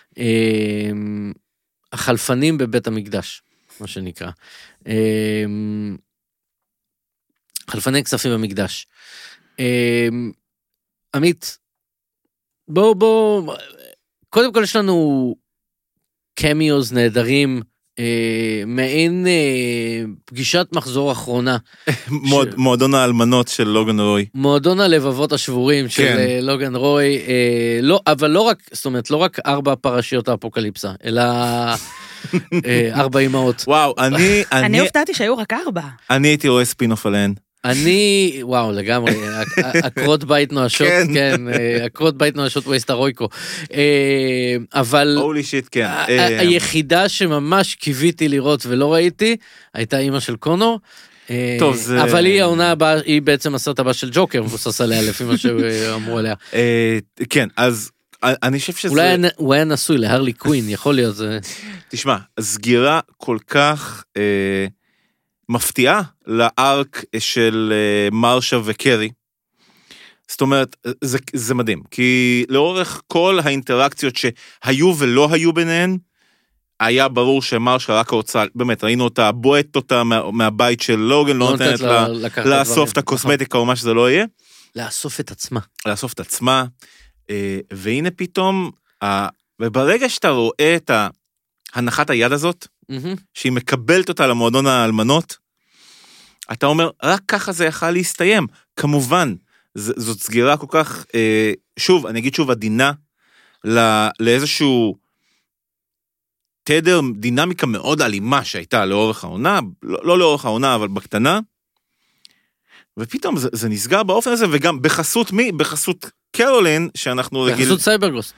החלפנים בבית המקדש, מה שנקרא. חלפני כספים במקדש. עמית, בוא, בוא, קודם כל יש לנו קמיוז נהדרים, מעין פגישת מחזור אחרונה. מועדון האלמנות של לוגן רוי. מועדון הלבבות השבורים של לוגן רוי, אבל לא רק, זאת אומרת, לא רק ארבע פרשיות האפוקליפסה, אלא ארבע אמהות. וואו, אני... אני הופתעתי שהיו רק ארבע. אני הייתי רואה ספינוף עליהן. אני, וואו, לגמרי, עקרות בית נואשות, כן, עקרות בית נואשות ווסטה רויקו, אבל הולי שיט, כן. היחידה שממש קיוויתי לראות ולא ראיתי, הייתה אימא של קונור, טוב, זה... אבל היא העונה הבאה, היא בעצם הסרט הבא של ג'וקר, מבוסס עליה לפי מה שאמרו עליה. כן, אז אני חושב שזה... אולי הוא היה נשוי להרלי קווין, יכול להיות זה... תשמע, סגירה כל כך מפתיעה לארק של מרשה וקרי, זאת אומרת, זה, זה מדהים, כי לאורך כל האינטראקציות שהיו ולא היו ביניהן, היה ברור שמרשה רק רוצה, באמת, ראינו אותה, בועט אותה מה, מהבית של לוגן, לא נותנת לה לאסוף את הקוסמטיקה או מה שזה לא יהיה. לאסוף את עצמה. לאסוף את עצמה, והנה פתאום, וברגע שאתה רואה את הנחת היד הזאת, שהיא מקבלת אותה למועדון האלמנות, אתה אומר, רק ככה זה יכל להסתיים. כמובן, זאת סגירה כל כך, שוב, אני אגיד שוב, עדינה, לאיזשהו תדר, דינמיקה מאוד אלימה שהייתה לאורך העונה, לא, לא לאורך העונה, אבל בקטנה, ופתאום זה, זה נסגר באופן הזה, וגם בחסות מי? בחסות קרולין, שאנחנו רגיל... בחסות סייברגוסט.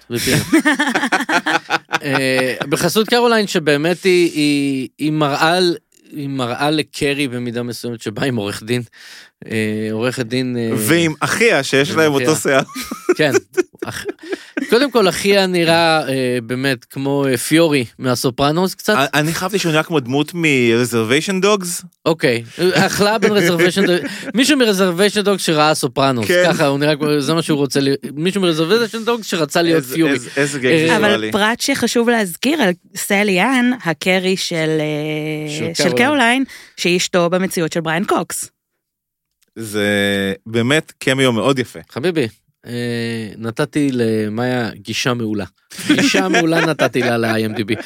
בחסות קרולין, שבאמת היא, היא, היא מראה... היא מראה לקרי במידה מסוימת שבא עם עורך דין, עורכת דין... ועם אחיה שיש להם אותו שיער. כן. קודם כל, אחיה נראה באמת כמו פיורי מהסופרנוס קצת. אני חייבתי שהוא נראה כמו דמות מ-Reservation Dogs. אוקיי, אכלה בין Reservation Dogs, מישהו מ-Reservation Dogs שראה סופרנוס, ככה הוא נראה כמו, זה מה שהוא רוצה, מישהו מ-Reservation Dogs שרצה להיות פיורי. איזה גג אבל פרט שחשוב להזכיר על סלי אן, הקרי של קרוליין, שאשתו במציאות של בריין קוקס. זה באמת קמיו מאוד יפה. חביבי. נתתי למאיה גישה מעולה. גישה מעולה נתתי לה ל-איי אם די בי.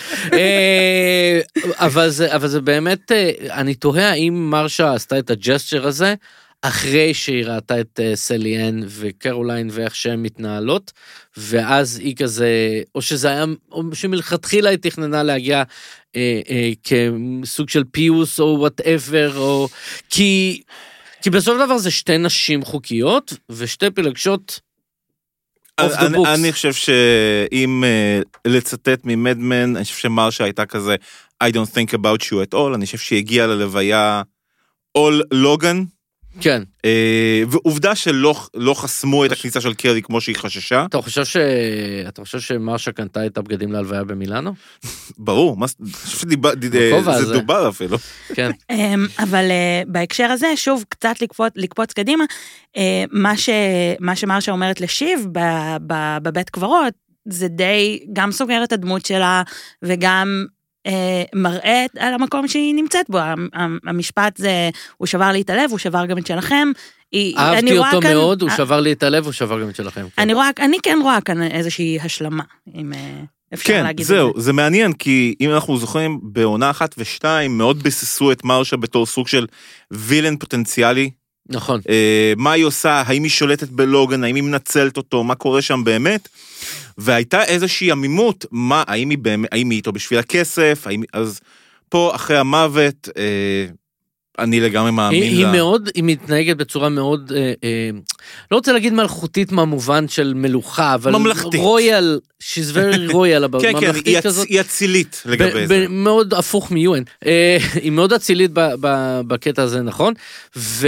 אבל זה, אבל זה באמת, אני תוהה האם מרשה עשתה את הג'סטר הזה, אחרי שהיא ראתה את סלי-אן וקרוליין ואיך שהן מתנהלות, ואז היא כזה, או שזה היה, או שמלכתחילה היא תכננה להגיע אה, אה, כסוג של פיוס או whatever, או כי... כי בסוף דבר זה שתי נשים חוקיות, ושתי פלגשות אוף דה בוקס. אני חושב שאם לצטט ממדמן, אני חושב שמרשה הייתה כזה, I don't think about you at all, אני חושב שהיא הגיעה ללוויה all לוגן, כן. ועובדה שלא לא חסמו את הכניסה של קרי כמו שהיא חששה. אתה חושב ש... אתה חושב שמרשה קנתה את הבגדים להלוויה במילאנו? ברור, זה דובר אפילו. כן. אבל בהקשר הזה, שוב, קצת לקפוץ קדימה, מה שמרשה אומרת לשיב בבית קברות, זה די גם סוגר את הדמות שלה, וגם... מראה על המקום שהיא נמצאת בו, המשפט זה, הוא שבר לי את הלב, הוא שבר גם את שלכם. אהבתי אותו מאוד, הוא שבר לי את הלב, הוא שבר גם את שלכם. אני כן רואה כאן איזושהי השלמה, אם אפשר להגיד את זה. כן, זהו, זה מעניין, כי אם אנחנו זוכרים, בעונה אחת ושתיים, מאוד ביססו את מרשה בתור סוג של וילן פוטנציאלי. נכון. מה היא עושה, האם היא שולטת בלוגן, האם היא מנצלת אותו, מה קורה שם באמת, והייתה איזושהי עמימות, מה, האם היא, באמת, האם היא איתו בשביל הכסף, האם, אז פה אחרי המוות, אה, אני לגמרי מאמין היא, לה... היא מאוד, היא מתנהגת בצורה מאוד, אה, אה, לא רוצה להגיד מלכותית מהמובן של מלוכה, אבל... ממלכתית. רויאל, she's very royal, כן, כן, היא, כזאת, היא אצילית לגבי ב, זה. ב, מאוד הפוך מיואן. אה, היא מאוד אצילית ב, ב, בקטע הזה, נכון? ו...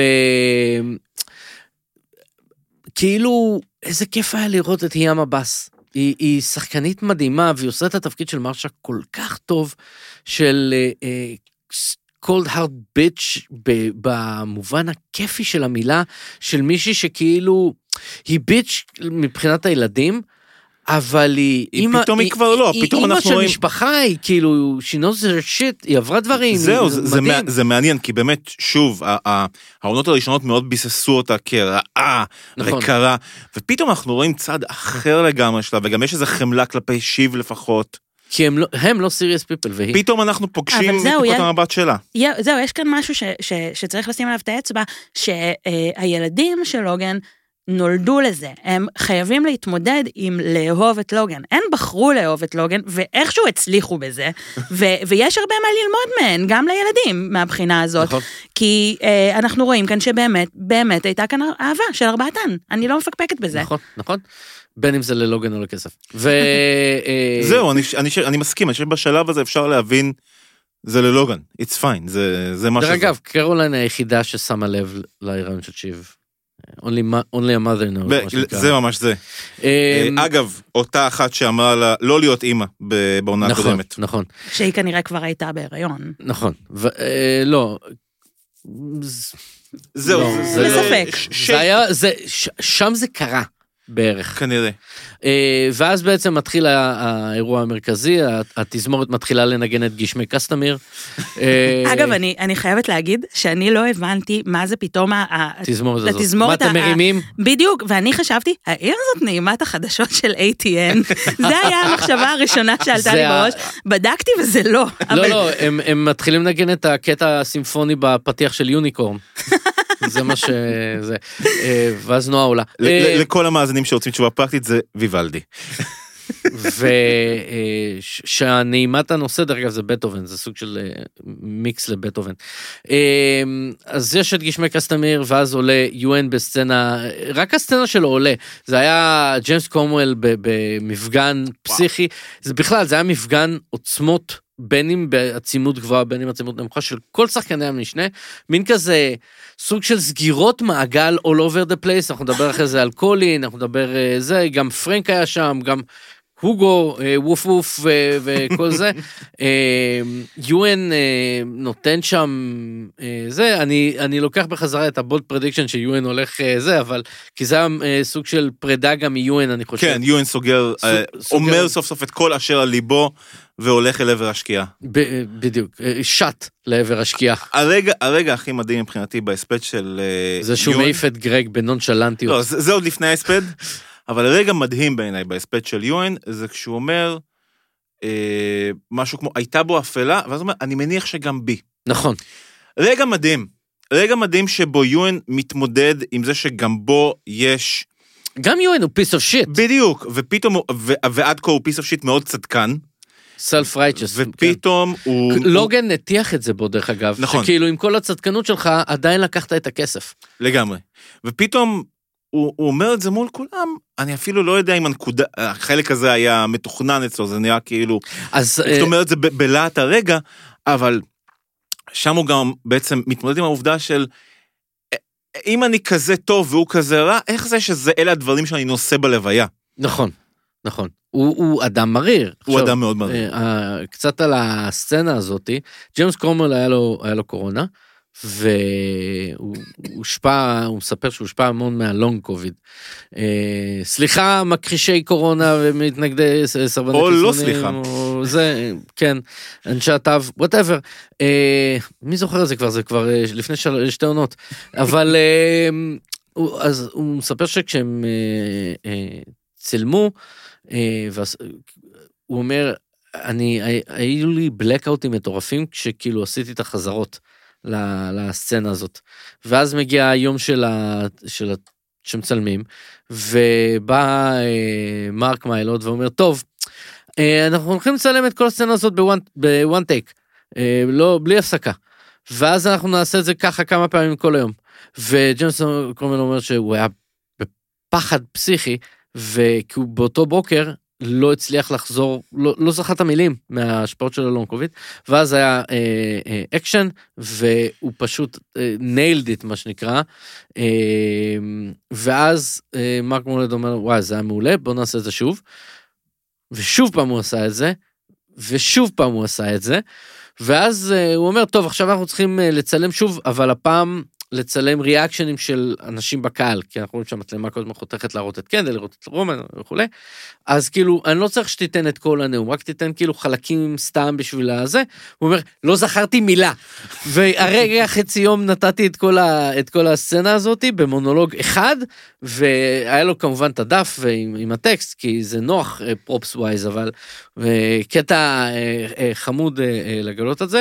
כאילו, איזה כיף היה לראות את היאמה בס. היא, היא שחקנית מדהימה, והיא עושה את התפקיד של מרשה כל כך טוב, של uh, cold hard bitch, במובן הכיפי של המילה, של מישהי שכאילו, היא ביץ' מבחינת הילדים, אבל היא... היא אימא, פתאום היא, היא כבר לא, היא, פתאום היא אנחנו רואים... רואים... היא אימא של משפחה, היא כאילו, she knows her shit, היא עברה דברים, זהו, זה, זה, זה, זה מעניין, כי באמת, שוב, העונות הראשונות מאוד ביססו אותה כרעה, נכון. וקרה, ופתאום אנחנו רואים צד אחר לגמרי שלה, וגם יש איזו חמלה כלפי שיב לפחות. כי הם לא, הם לא serious people, והיא... פתאום אנחנו פוגשים את נקודת המבט שלה. זהו, יש כאן משהו ש, ש, שצריך לשים עליו את האצבע, שהילדים של לוגן, נולדו לזה, הם חייבים להתמודד עם לאהוב את לוגן, הם בחרו לאהוב את לוגן, ואיכשהו הצליחו בזה, ו- ויש הרבה מה ללמוד מהן, גם לילדים מהבחינה הזאת, נכון. כי אה, אנחנו רואים כאן שבאמת, באמת הייתה כאן אהבה של ארבעתן, אני לא מפקפקת בזה. נכון, נכון. בין אם זה ללוגן או לכסף. ו... זהו, אני, אני, אני מסכים, אני חושב שבשלב הזה אפשר להבין, זה ללוגן, it's fine, זה, זה מה שזה. דרך אגב, קרולין היחידה ששמה לב להיריון של צ'יב. only, only a mother knows. זה ממש זה. אגב, אותה אחת שאמרה לה לא להיות אימא בעונה הקודמת. נכון. שהיא כנראה כבר הייתה בהיריון. נכון. לא. זהו. זה ספק. שם זה קרה. בערך. כנראה. ואז בעצם מתחיל האירוע המרכזי, התזמורת מתחילה לנגן את גשמי קסטמיר. אגב, אני, אני חייבת להגיד שאני לא הבנתי מה זה פתאום התזמורת הזאת. מה אתם מרימים? בדיוק, ואני חשבתי, העיר הזאת נעימת החדשות של איי טי אן, זה היה המחשבה הראשונה שעלתה לי בראש, בדקתי וזה לא. לא, לא, הם מתחילים לנגן את הקטע הסימפוני בפתיח של יוניקורן. זה מה שזה, ואז נועה עולה. לכל המאזינים שרוצים תשובה פרקטית זה ויוולדי. ושהנעימת הנושא, דרך אגב, זה בטהובן, זה סוג של מיקס לבטהובן. אז יש את גשמי קסטמיר, ואז עולה יואן בסצנה, רק הסצנה שלו עולה, זה היה ג'יימס קומוול במפגן פסיכי, זה בכלל, זה היה מפגן עוצמות, בין אם בעצימות גבוהה, בין אם בעצימות נמוכה, של כל שחקני המשנה, מין כזה סוג של סגירות מעגל all over the place, אנחנו נדבר אחרי זה על קולין, אנחנו נדבר זה, גם פרנק היה שם, גם הוגו, ווף ווף וכל זה, יואן נותן שם זה, אני, אני לוקח בחזרה את הבולד פרדיקשן שיואן הולך זה, אבל כי זה היה סוג של פרידה גם מיואן, אני חושב. כן, יואן סוגר, אומר סוף סוף את כל אשר על ליבו, והולך אל עבר השקיעה. בדיוק, שט לעבר השקיעה. הרגע, הרגע הכי מדהים מבחינתי בהספד של זה שהוא מעיף את גרג בנונשלנטיות. לא, זה, זה עוד לפני ההספד, אבל הרגע מדהים בעיניי בהספד של יואן, זה כשהוא אומר אה, משהו כמו, הייתה בו אפלה, ואז הוא אומר, אני מניח שגם בי. נכון. רגע מדהים, רגע מדהים שבו יואן מתמודד עם זה שגם בו יש... גם יואן הוא piece of shit. בדיוק, ופתאום, ו, ועד כה הוא piece of shit מאוד צדקן, self-righteous. ופתאום הוא... לוגן נתיח את זה בו, דרך אגב. נכון. שכאילו עם כל הצדקנות שלך, עדיין לקחת את הכסף. לגמרי. ופתאום הוא, הוא אומר את זה מול כולם, אני אפילו לא יודע אם הנקודה, החלק הזה היה מתוכנן אצלו, זה נראה כאילו... אז... זאת אומרת, זה ב- בלעת הרגע, אבל שם הוא גם בעצם מתמודד עם העובדה של, אם אני כזה טוב והוא כזה רע, איך זה שזה, אלה הדברים שאני נושא בלוויה? נכון, נכון. הוא, הוא אדם מריר. הוא עכשיו, אדם מאוד מריר. קצת על הסצנה הזאת, ג'יימס קרומל היה לו, היה לו קורונה, והוא הושפע, הוא מספר שהוא הושפע המון מהלונג קוביד. סליחה, מכחישי קורונה ומתנגדי סרבני חיסונים. או לא סליחה. או זה, כן, אנשי התו, whatever. מי זוכר את זה כבר? זה כבר לפני של, שתי עונות. אבל אז הוא מספר שכשהם צילמו, הוא אומר, אני, היו לי בלקאוטים מטורפים, כשכאילו עשיתי את החזרות לסצנה הזאת, ואז מגיע היום של ה... של ה... שמצלמים, ובא מרק מיילוד ואומר, טוב, אנחנו הולכים לצלם את כל הסצנה הזאת בוואן טייק, לא, בלי הפסקה, ואז אנחנו נעשה את זה ככה כמה פעמים כל היום, וג'יימס קרומל אומר שהוא היה בפחד פסיכי, וכי הוא באותו בוקר לא הצליח לחזור, לא, לא זכה את המילים מההשפעות של הלונג קוביד, ואז היה אקשן, אה, אה, והוא פשוט ניילד איט, מה שנקרא, אה, ואז אה, מרק מולד אומר, וואי, זה היה מעולה, בוא נעשה את זה שוב, ושוב פעם הוא עשה את זה, ושוב פעם הוא עשה את זה, ואז אה, הוא אומר, טוב, עכשיו אנחנו צריכים אה, לצלם שוב, אבל הפעם לצלם ריאקשנים של אנשים בקהל, כי אנחנו רואים שהמצלמה כל הזמן חותכת להראות את קנדל, לראות את רומן וכו'. אז כאילו, אני לא צריך שתיתן את כל הנאום, רק תיתן כאילו חלקים סתם בשביל הזה. הוא אומר, לא זכרתי מילה. והרגע חצי יום נתתי את כל, ה, את כל הסצנה הזאת במונולוג אחד, והיה לו כמובן את הדף עם, עם הטקסט, כי זה נוח פרופס ווייז, אבל קטע חמוד לגלות את זה.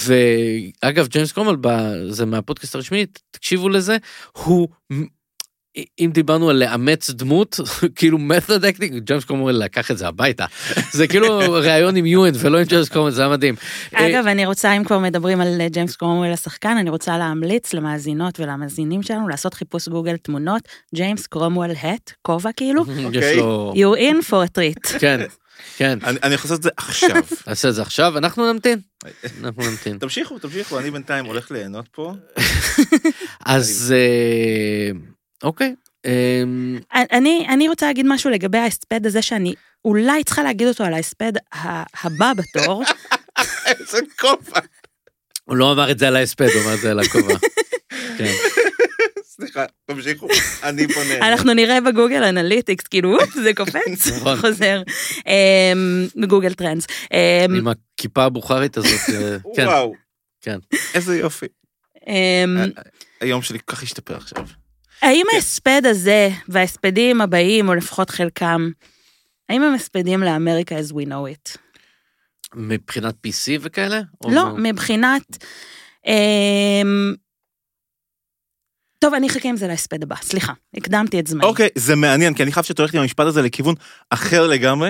ואגב, ג'יימס קרומל, זה מהפודקאסט הרשמי, תקשיבו לזה, הוא אם דיברנו על לאמץ דמות, כאילו method acting, ג'יימס קרומוול לקח את זה הביתה. זה כאילו ראיון עם יואן ולא עם ג'יימס קרומוול, זה היה מדהים. אגב, אני רוצה, אם כבר מדברים על ג'יימס קרומוול השחקן, אני רוצה להמליץ למאזינות ולמאזינים שלנו, לעשות חיפוש גוגל תמונות, ג'יימס קרומוול הט, כובע כאילו. You're in for a treat. כן. כן. אני יכול לעשות את זה עכשיו. נעשה את זה עכשיו, אנחנו נמתין. אנחנו נמתין. תמשיכו, תמשיכו, אני בינתיים הולך ליהנות פה. אז, אוקיי. אני, אני רוצה להגיד משהו לגבי ההספד הזה, שאני אולי צריכה להגיד אותו על ההספד הבא בתור. איזה כובע. הוא לא אמר את זה על ההספד, הוא אמר את זה על הכובע. כן. סליחה, תמשיכו, אני פונה. אנחנו נראה בגוגל אנליטיקס, כאילו, זה קופץ, חוזר, בגוגל טרנדס. עם הכיפה הבוכרית הזאת, כן. וואו. כן. איזה יופי. היום שלי כך השתפר עכשיו. האם ההספד הזה, וההספדים הבאים, או לפחות חלקם, האם הם הספדים לאמריקה as we know it? מבחינת פי סי וכאלה? לא, מבחינת... טוב, אני אחכה עם זה להספד הבא, סליחה, הקדמתי את זמני. אוקיי, זה מעניין, כי אני חייב שאת הולכת עם המשפט הזה לכיוון אחר לגמרי,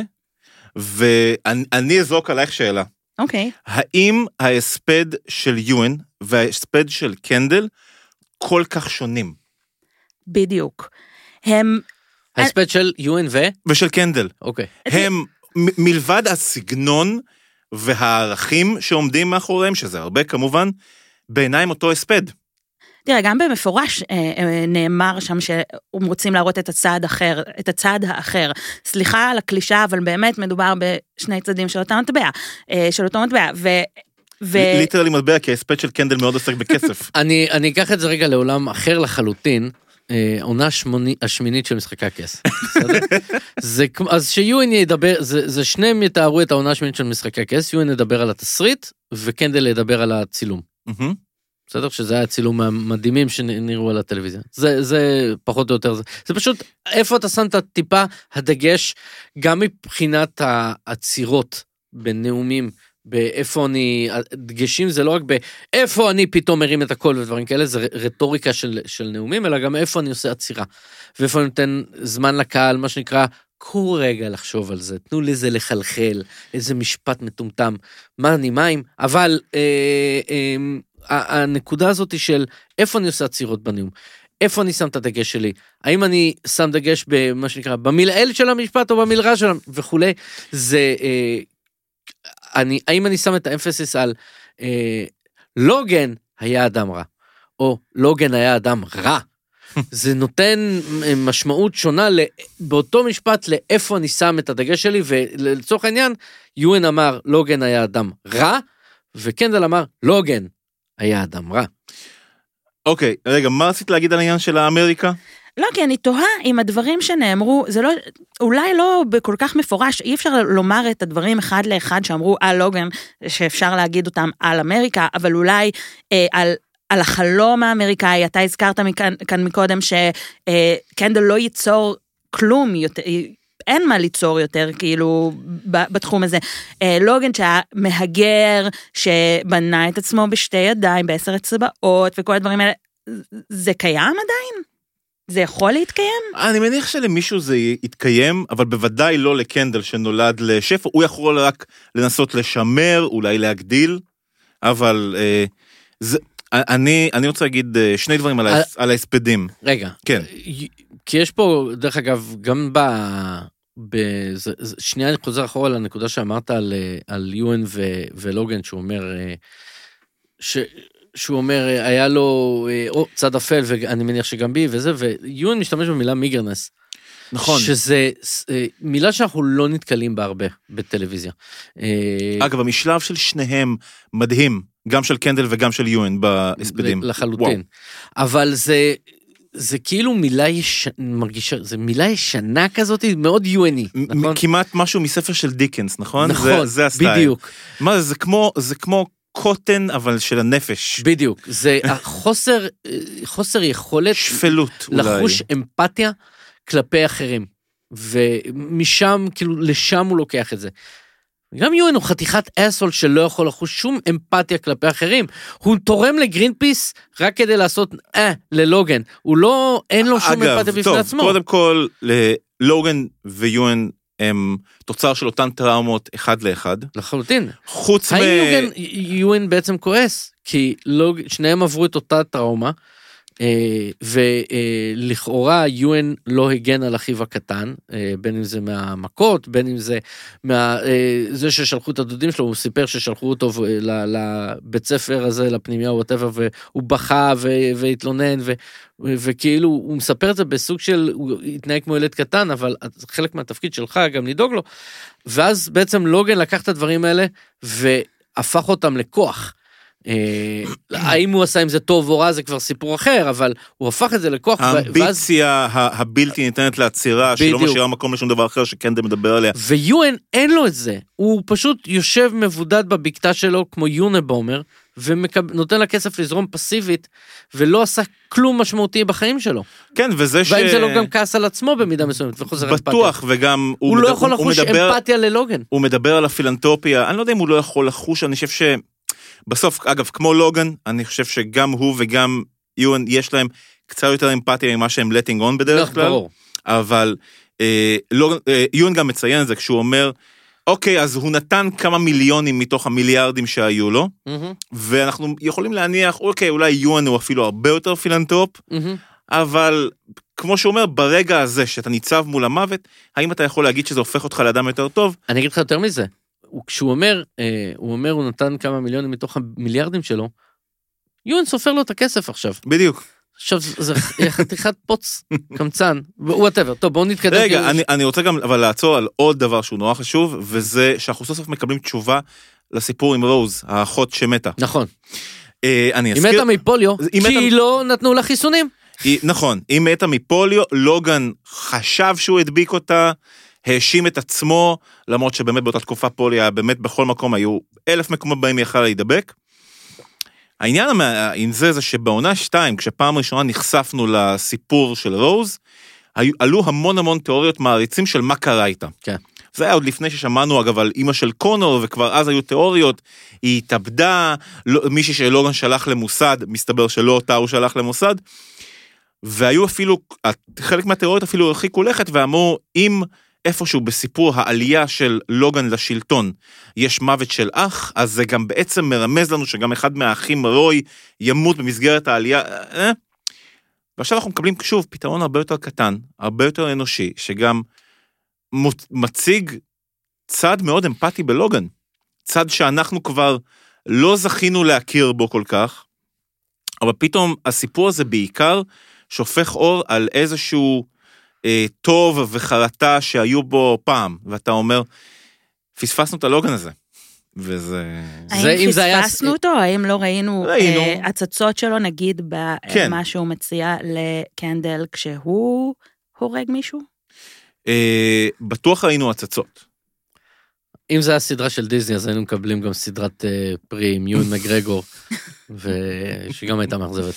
ואני אזרוק עלייך שאלה. אוקיי. האם ההספד של יואן וההספד של קנדל כל כך שונים? בדיוק. הם... ההספד של יואן ו? ושל קנדל. אוקיי. הם, מלבד הסגנון והערכים שעומדים מאחוריהם, שזה הרבה כמובן, בעיניים אותו הספד. תראה, גם במפורש נאמר שם שהם רוצים להראות את הצד אחר, את הצד האחר. סליחה על הקלישה, אבל באמת מדובר בשני צדים של אותה מטבע, של אותו מטבע, ו... ליטרלי מטבע, כי ההספד של קנדל מאוד עוסק בכסף. אני, אני אקח את זה רגע לעולם אחר לחלוטין, עונה השמינית של משחקי הכס. זה, אז שיואן ידבר, זה, זה שניהם יתארו את העונה השמינית של משחקי הכס, יואן ידבר על התסריט, וקנדל ידבר על הצילום. בסדר? שזה היה צילום המדהימים שנראו על הטלוויזיה. זה, זה פחות או יותר זה. זה פשוט, איפה אתה שם את הטיפה הדגש, גם מבחינת העצירות בנאומים, באיפה אני, הדגשים זה לא רק באיפה אני פתאום מרים את הכל ודברים כאלה, זה רטוריקה של, של נאומים, אלא גם איפה אני עושה עצירה. ואיפה אני נותן זמן לקהל, מה שנקרא, קחו רגע לחשוב על זה, תנו לזה לחלחל, איזה משפט מטומטם, מה אני מים, אבל אה, אה, הנקודה הזאת היא של איפה אני עושה עצירות בנאום, איפה אני שם את הדגש שלי, האם אני שם דגש במה שנקרא, במילאל של המשפט או במילרע שלו וכולי, זה, אה, אני, האם אני שם את האמפסיס על אה, לוגן היה אדם רע, או לוגן היה אדם רע, זה נותן משמעות שונה באותו משפט לאיפה אני שם את הדגש שלי, ולצורך העניין, יואן אמר לוגן היה אדם רע, וקנדל אמר לוגן היה אדם רע. אוקיי, רגע, מה רצית להגיד על העניין של האמריקה? לא, כי אני תוהה עם הדברים שנאמרו, זה לא, אולי לא בכל כך מפורש, אי אפשר לומר את הדברים אחד לאחד שאמרו על לוגן, שאפשר להגיד אותם על אמריקה, אבל אולי אה, על... על החלום האמריקאי, אתה הזכרת מכאן, כאן מקודם שקנדל לא ייצור כלום יותר, אין מה ליצור יותר, כאילו, בתחום הזה. לוגן שהיה מהגר, שבנה את עצמו בשתי ידיים, בעשר אצבעות, וכל הדברים האלה, זה קיים עדיין? זה יכול להתקיים? אני מניח שלמישהו זה יתקיים, אבל בוודאי לא לקנדל שנולד לשפע, הוא יכול רק לנסות לשמר, אולי להגדיל, אבל זה... אני, אני רוצה להגיד שני דברים על, על ההספדים. רגע. כן. כי יש פה, דרך אגב, גם ב... ב זה, זה, שנייה אני חוזר אחורה לנקודה שאמרת על, על יואן ו, ולוגן, שהוא אומר, ש, שהוא אומר, היה לו או, צד אפל, ואני מניח שגם בי וזה, ויואן משתמש במילה מיגרנס. נכון. שזה מילה שאנחנו לא נתקלים בה הרבה בטלוויזיה. אגב, המשלב של שניהם מדהים, גם של קנדל וגם של יואן בהספדים. לחלוטין. אבל זה, זה כאילו מילה ישנה, מרגישה, זה מילה ישנה כזאת, מאוד יואני, נכון? כמעט משהו מספר של דיקנס, נכון? נכון, זה, זה הסטייל. בדיוק. מה, זה כמו, זה כמו קוטן, אבל של הנפש. בדיוק. זה החוסר, חוסר יכולת. שפלות, אולי. לחוש אמפתיה כלפי אחרים. ומשם, כאילו, לשם הוא לוקח את זה. גם יואן הוא חתיכת אסול שלא יכול לחוש שום אמפתיה כלפי אחרים. הוא תורם לגרינפיס רק כדי לעשות אה, ללוגן. הוא לא, אין לו שום אמפתיה בפני טוב, עצמו. קודם כל, ללוגן ויואן הם תוצר של אותן טראומות אחד לאחד. לחלוטין. חוץ מ... האם יואן בעצם כועס? כי לוג... שניהם עברו את אותה טראומה, ולכאורה יואן לא הגן על אחיו הקטן, בין אם זה מהמכות, בין אם זה מה... זה ששלחו את הדודים שלו, הוא סיפר ששלחו אותו לבית ספר הזה, לפנימיה או whatever, והוא בכה והתלונן, ו... וכאילו הוא מספר את זה בסוג של, הוא התנהג כמו ילד קטן, אבל חלק מהתפקיד שלך גם לדאוג לו, ואז בעצם לוגן לקח את הדברים האלה, והפך אותם לכוח. האם הוא עשה עם זה טוב או רע, זה כבר סיפור אחר, אבל הוא הפך את זה לכוח. האמביציה הבלתי ניתנת לעצירה, שלא משאירה מקום לשום דבר אחר שקנדל מדבר עליה. ויואן אין לו את זה, הוא פשוט יושב מבודד בבקתה שלו, כמו יונבומר, ונותן לה כסף לזרום פסיבית, ולא עשה כלום משמעותי בחיים שלו. כן, וזה ש... והאם זה לא גם כעס על עצמו במידה מסוימת, וחוזר אמפתיה. בטוח, וגם... הוא לא יכול לחוש אמפתיה ללוגן. הוא מדבר על הפילנטרופיה, אני לא יודע אם הוא לא יכול לחוש, אני חושב ש... בסוף, אגב, כמו לוגן, אני חושב שגם הוא וגם יואן, יש להם קצת יותר אמפתיה ממה שהם letting on בדרך כלל. ברור. אבל אה, לוגן, אה, יואן גם מציין את זה, כשהוא אומר, אוקיי, אז הוא נתן כמה מיליונים מתוך המיליארדים שהיו לו, mm-hmm. ואנחנו יכולים להניח, אוקיי, אולי יואן הוא אפילו הרבה יותר פילנטרופ, mm-hmm. אבל כמו שהוא אומר, ברגע הזה שאתה ניצב מול המוות, האם אתה יכול להגיד שזה הופך אותך לאדם יותר טוב? אני אגיד לך יותר מזה. כשהוא אומר, הוא אומר, הוא נתן כמה מיליונים מתוך המיליארדים שלו, יואן סופר לו את הכסף עכשיו. בדיוק. עכשיו, זה חתיכת פוץ, קמצן, whatever. טוב, בואו נתקדם. רגע, אני, אני רוצה גם אבל לעצור על עוד דבר שהוא נורא חשוב, וזה שאנחנו סוף סוף מקבלים תשובה לסיפור עם רוז, האחות שמתה. נכון. אה, אני היא מתה מפוליו, כי מתה... לא נתנו לה חיסונים. היא, נכון, היא מתה מפוליו, לוגן חשב שהוא הדביק אותה, האשים את עצמו, למרות שבאמת באותה תקופה פוליה, באמת בכל מקום היו אלף מקומות בהם יכל להידבק. העניין עם זה זה שבעונה שתיים, כשפעם ראשונה נחשפנו לסיפור של רוז, עלו המון המון תיאוריות מעריצים של מה קרה איתה. כן. זה היה עוד לפני ששמענו אגב על אמא של קונור, וכבר אז היו תיאוריות, היא התאבדה, לא, מישהי שלוגן שלח למוסד, מסתבר שלא אותה הוא שלח למוסד, והיו אפילו, חלק מהתיאוריות אפילו הרחיקו לכת, ואמרו, אם איפשהו בסיפור העלייה של לוגן לשלטון יש מוות של אח, אז זה גם בעצם מרמז לנו שגם אחד מהאחים רוי ימות במסגרת העלייה. אה? ועכשיו אנחנו מקבלים שוב פתרון הרבה יותר קטן, הרבה יותר אנושי, שגם מציג צד מאוד אמפתי בלוגן, צד שאנחנו כבר לא זכינו להכיר בו כל כך, אבל פתאום הסיפור הזה בעיקר שופך אור על איזשהו טוב וחרטה שהיו בו פעם, ואתה אומר, פספסנו את הלוגן הזה. וזה... האם פספסנו אותו? האם לא ראינו הצצות שלו, נגיד, במה שהוא מציע לקנדל, כשהוא הורג מישהו? בטוח ראינו הצצות. אם זה היה סדרה של דיזני, אז היינו מקבלים גם סדרת פרי עם יואן מגרגור, שגם הייתה מאכזבת.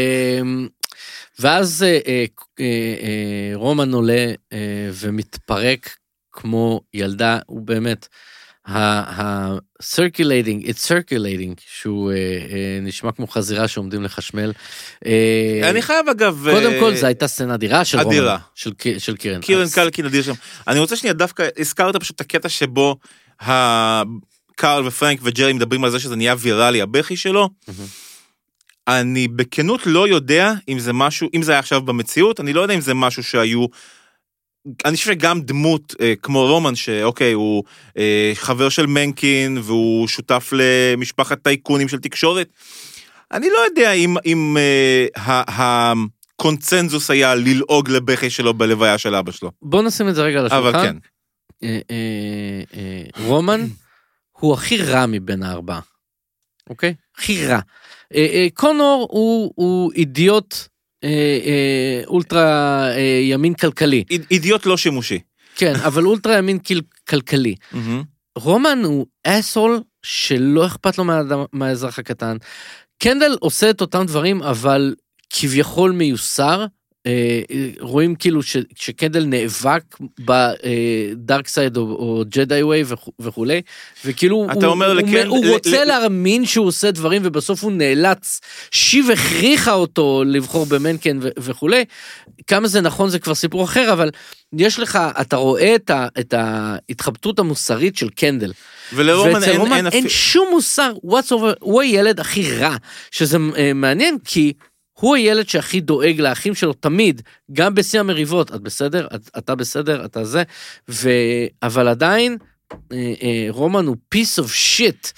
ואז אה, אה, אה, רומן עולה אה, ומתפרק כמו ילדה, הוא באמת, ה-circulating, it's circulating, שהוא אה, אה, נשמע כמו חזירה שעומדים לחשמל. אה, אני חייב אגב... קודם כל, זו הייתה סצנה אדירה של אדירה. רומן, של, של קירן. קירן אז... קלקין אדיר שם. אני רוצה שנייה, דווקא הזכרת פשוט את הקטע שבו ה... קארל ופרנק וג'רי מדברים על זה שזה נהיה ויראלי, הבכי שלו. אני בכנות לא יודע אם זה משהו, אם זה היה עכשיו במציאות, אני לא יודע אם זה משהו שהיו, אני חושב שגם דמות אה, כמו רומן, שאוקיי, הוא אה, חבר של מנקין, והוא שותף למשפחת טייקונים של תקשורת, אני לא יודע אם, אם אה, הקונצנזוס היה ללעוג לבכי שלו בלוויה של אבא שלו. בוא נשים את זה רגע על השולחן. אבל כן. אה, אה, אה, רומן הוא הכי רע מבין הארבעה. אוקיי? הכי רע. קונור הוא, הוא אידיוט אה, אה, אולטרה אה, ימין כלכלי. אידיוט לא שימושי. כן, אבל אולטרה ימין כלכלי. רומן הוא אסול שלא אכפת לו מהאזרח הקטן. קנדל עושה את אותם דברים, אבל כביכול מיוסר, רואים כאילו שקנדל נאבק בדארק סייד או ג'די ווי וכולי, וכאילו הוא רוצה להאמין שהוא עושה דברים, ובסוף הוא נאלץ, שיב הכריחה אותו לבחור במנקן וכולי, כמה זה נכון זה כבר סיפור אחר, אבל יש לך, אתה רואה את ההתחבטות המוסרית של קנדל, ואצל רומן אין שום מוסר, הוא הילד הכי רע, שזה מעניין כי הוא הילד שהכי דואג לאחים שלו תמיד, גם בשיא המריבות, את בסדר, את, אתה בסדר, אתה זה, ו... אבל עדיין, רומן הוא piece of shit,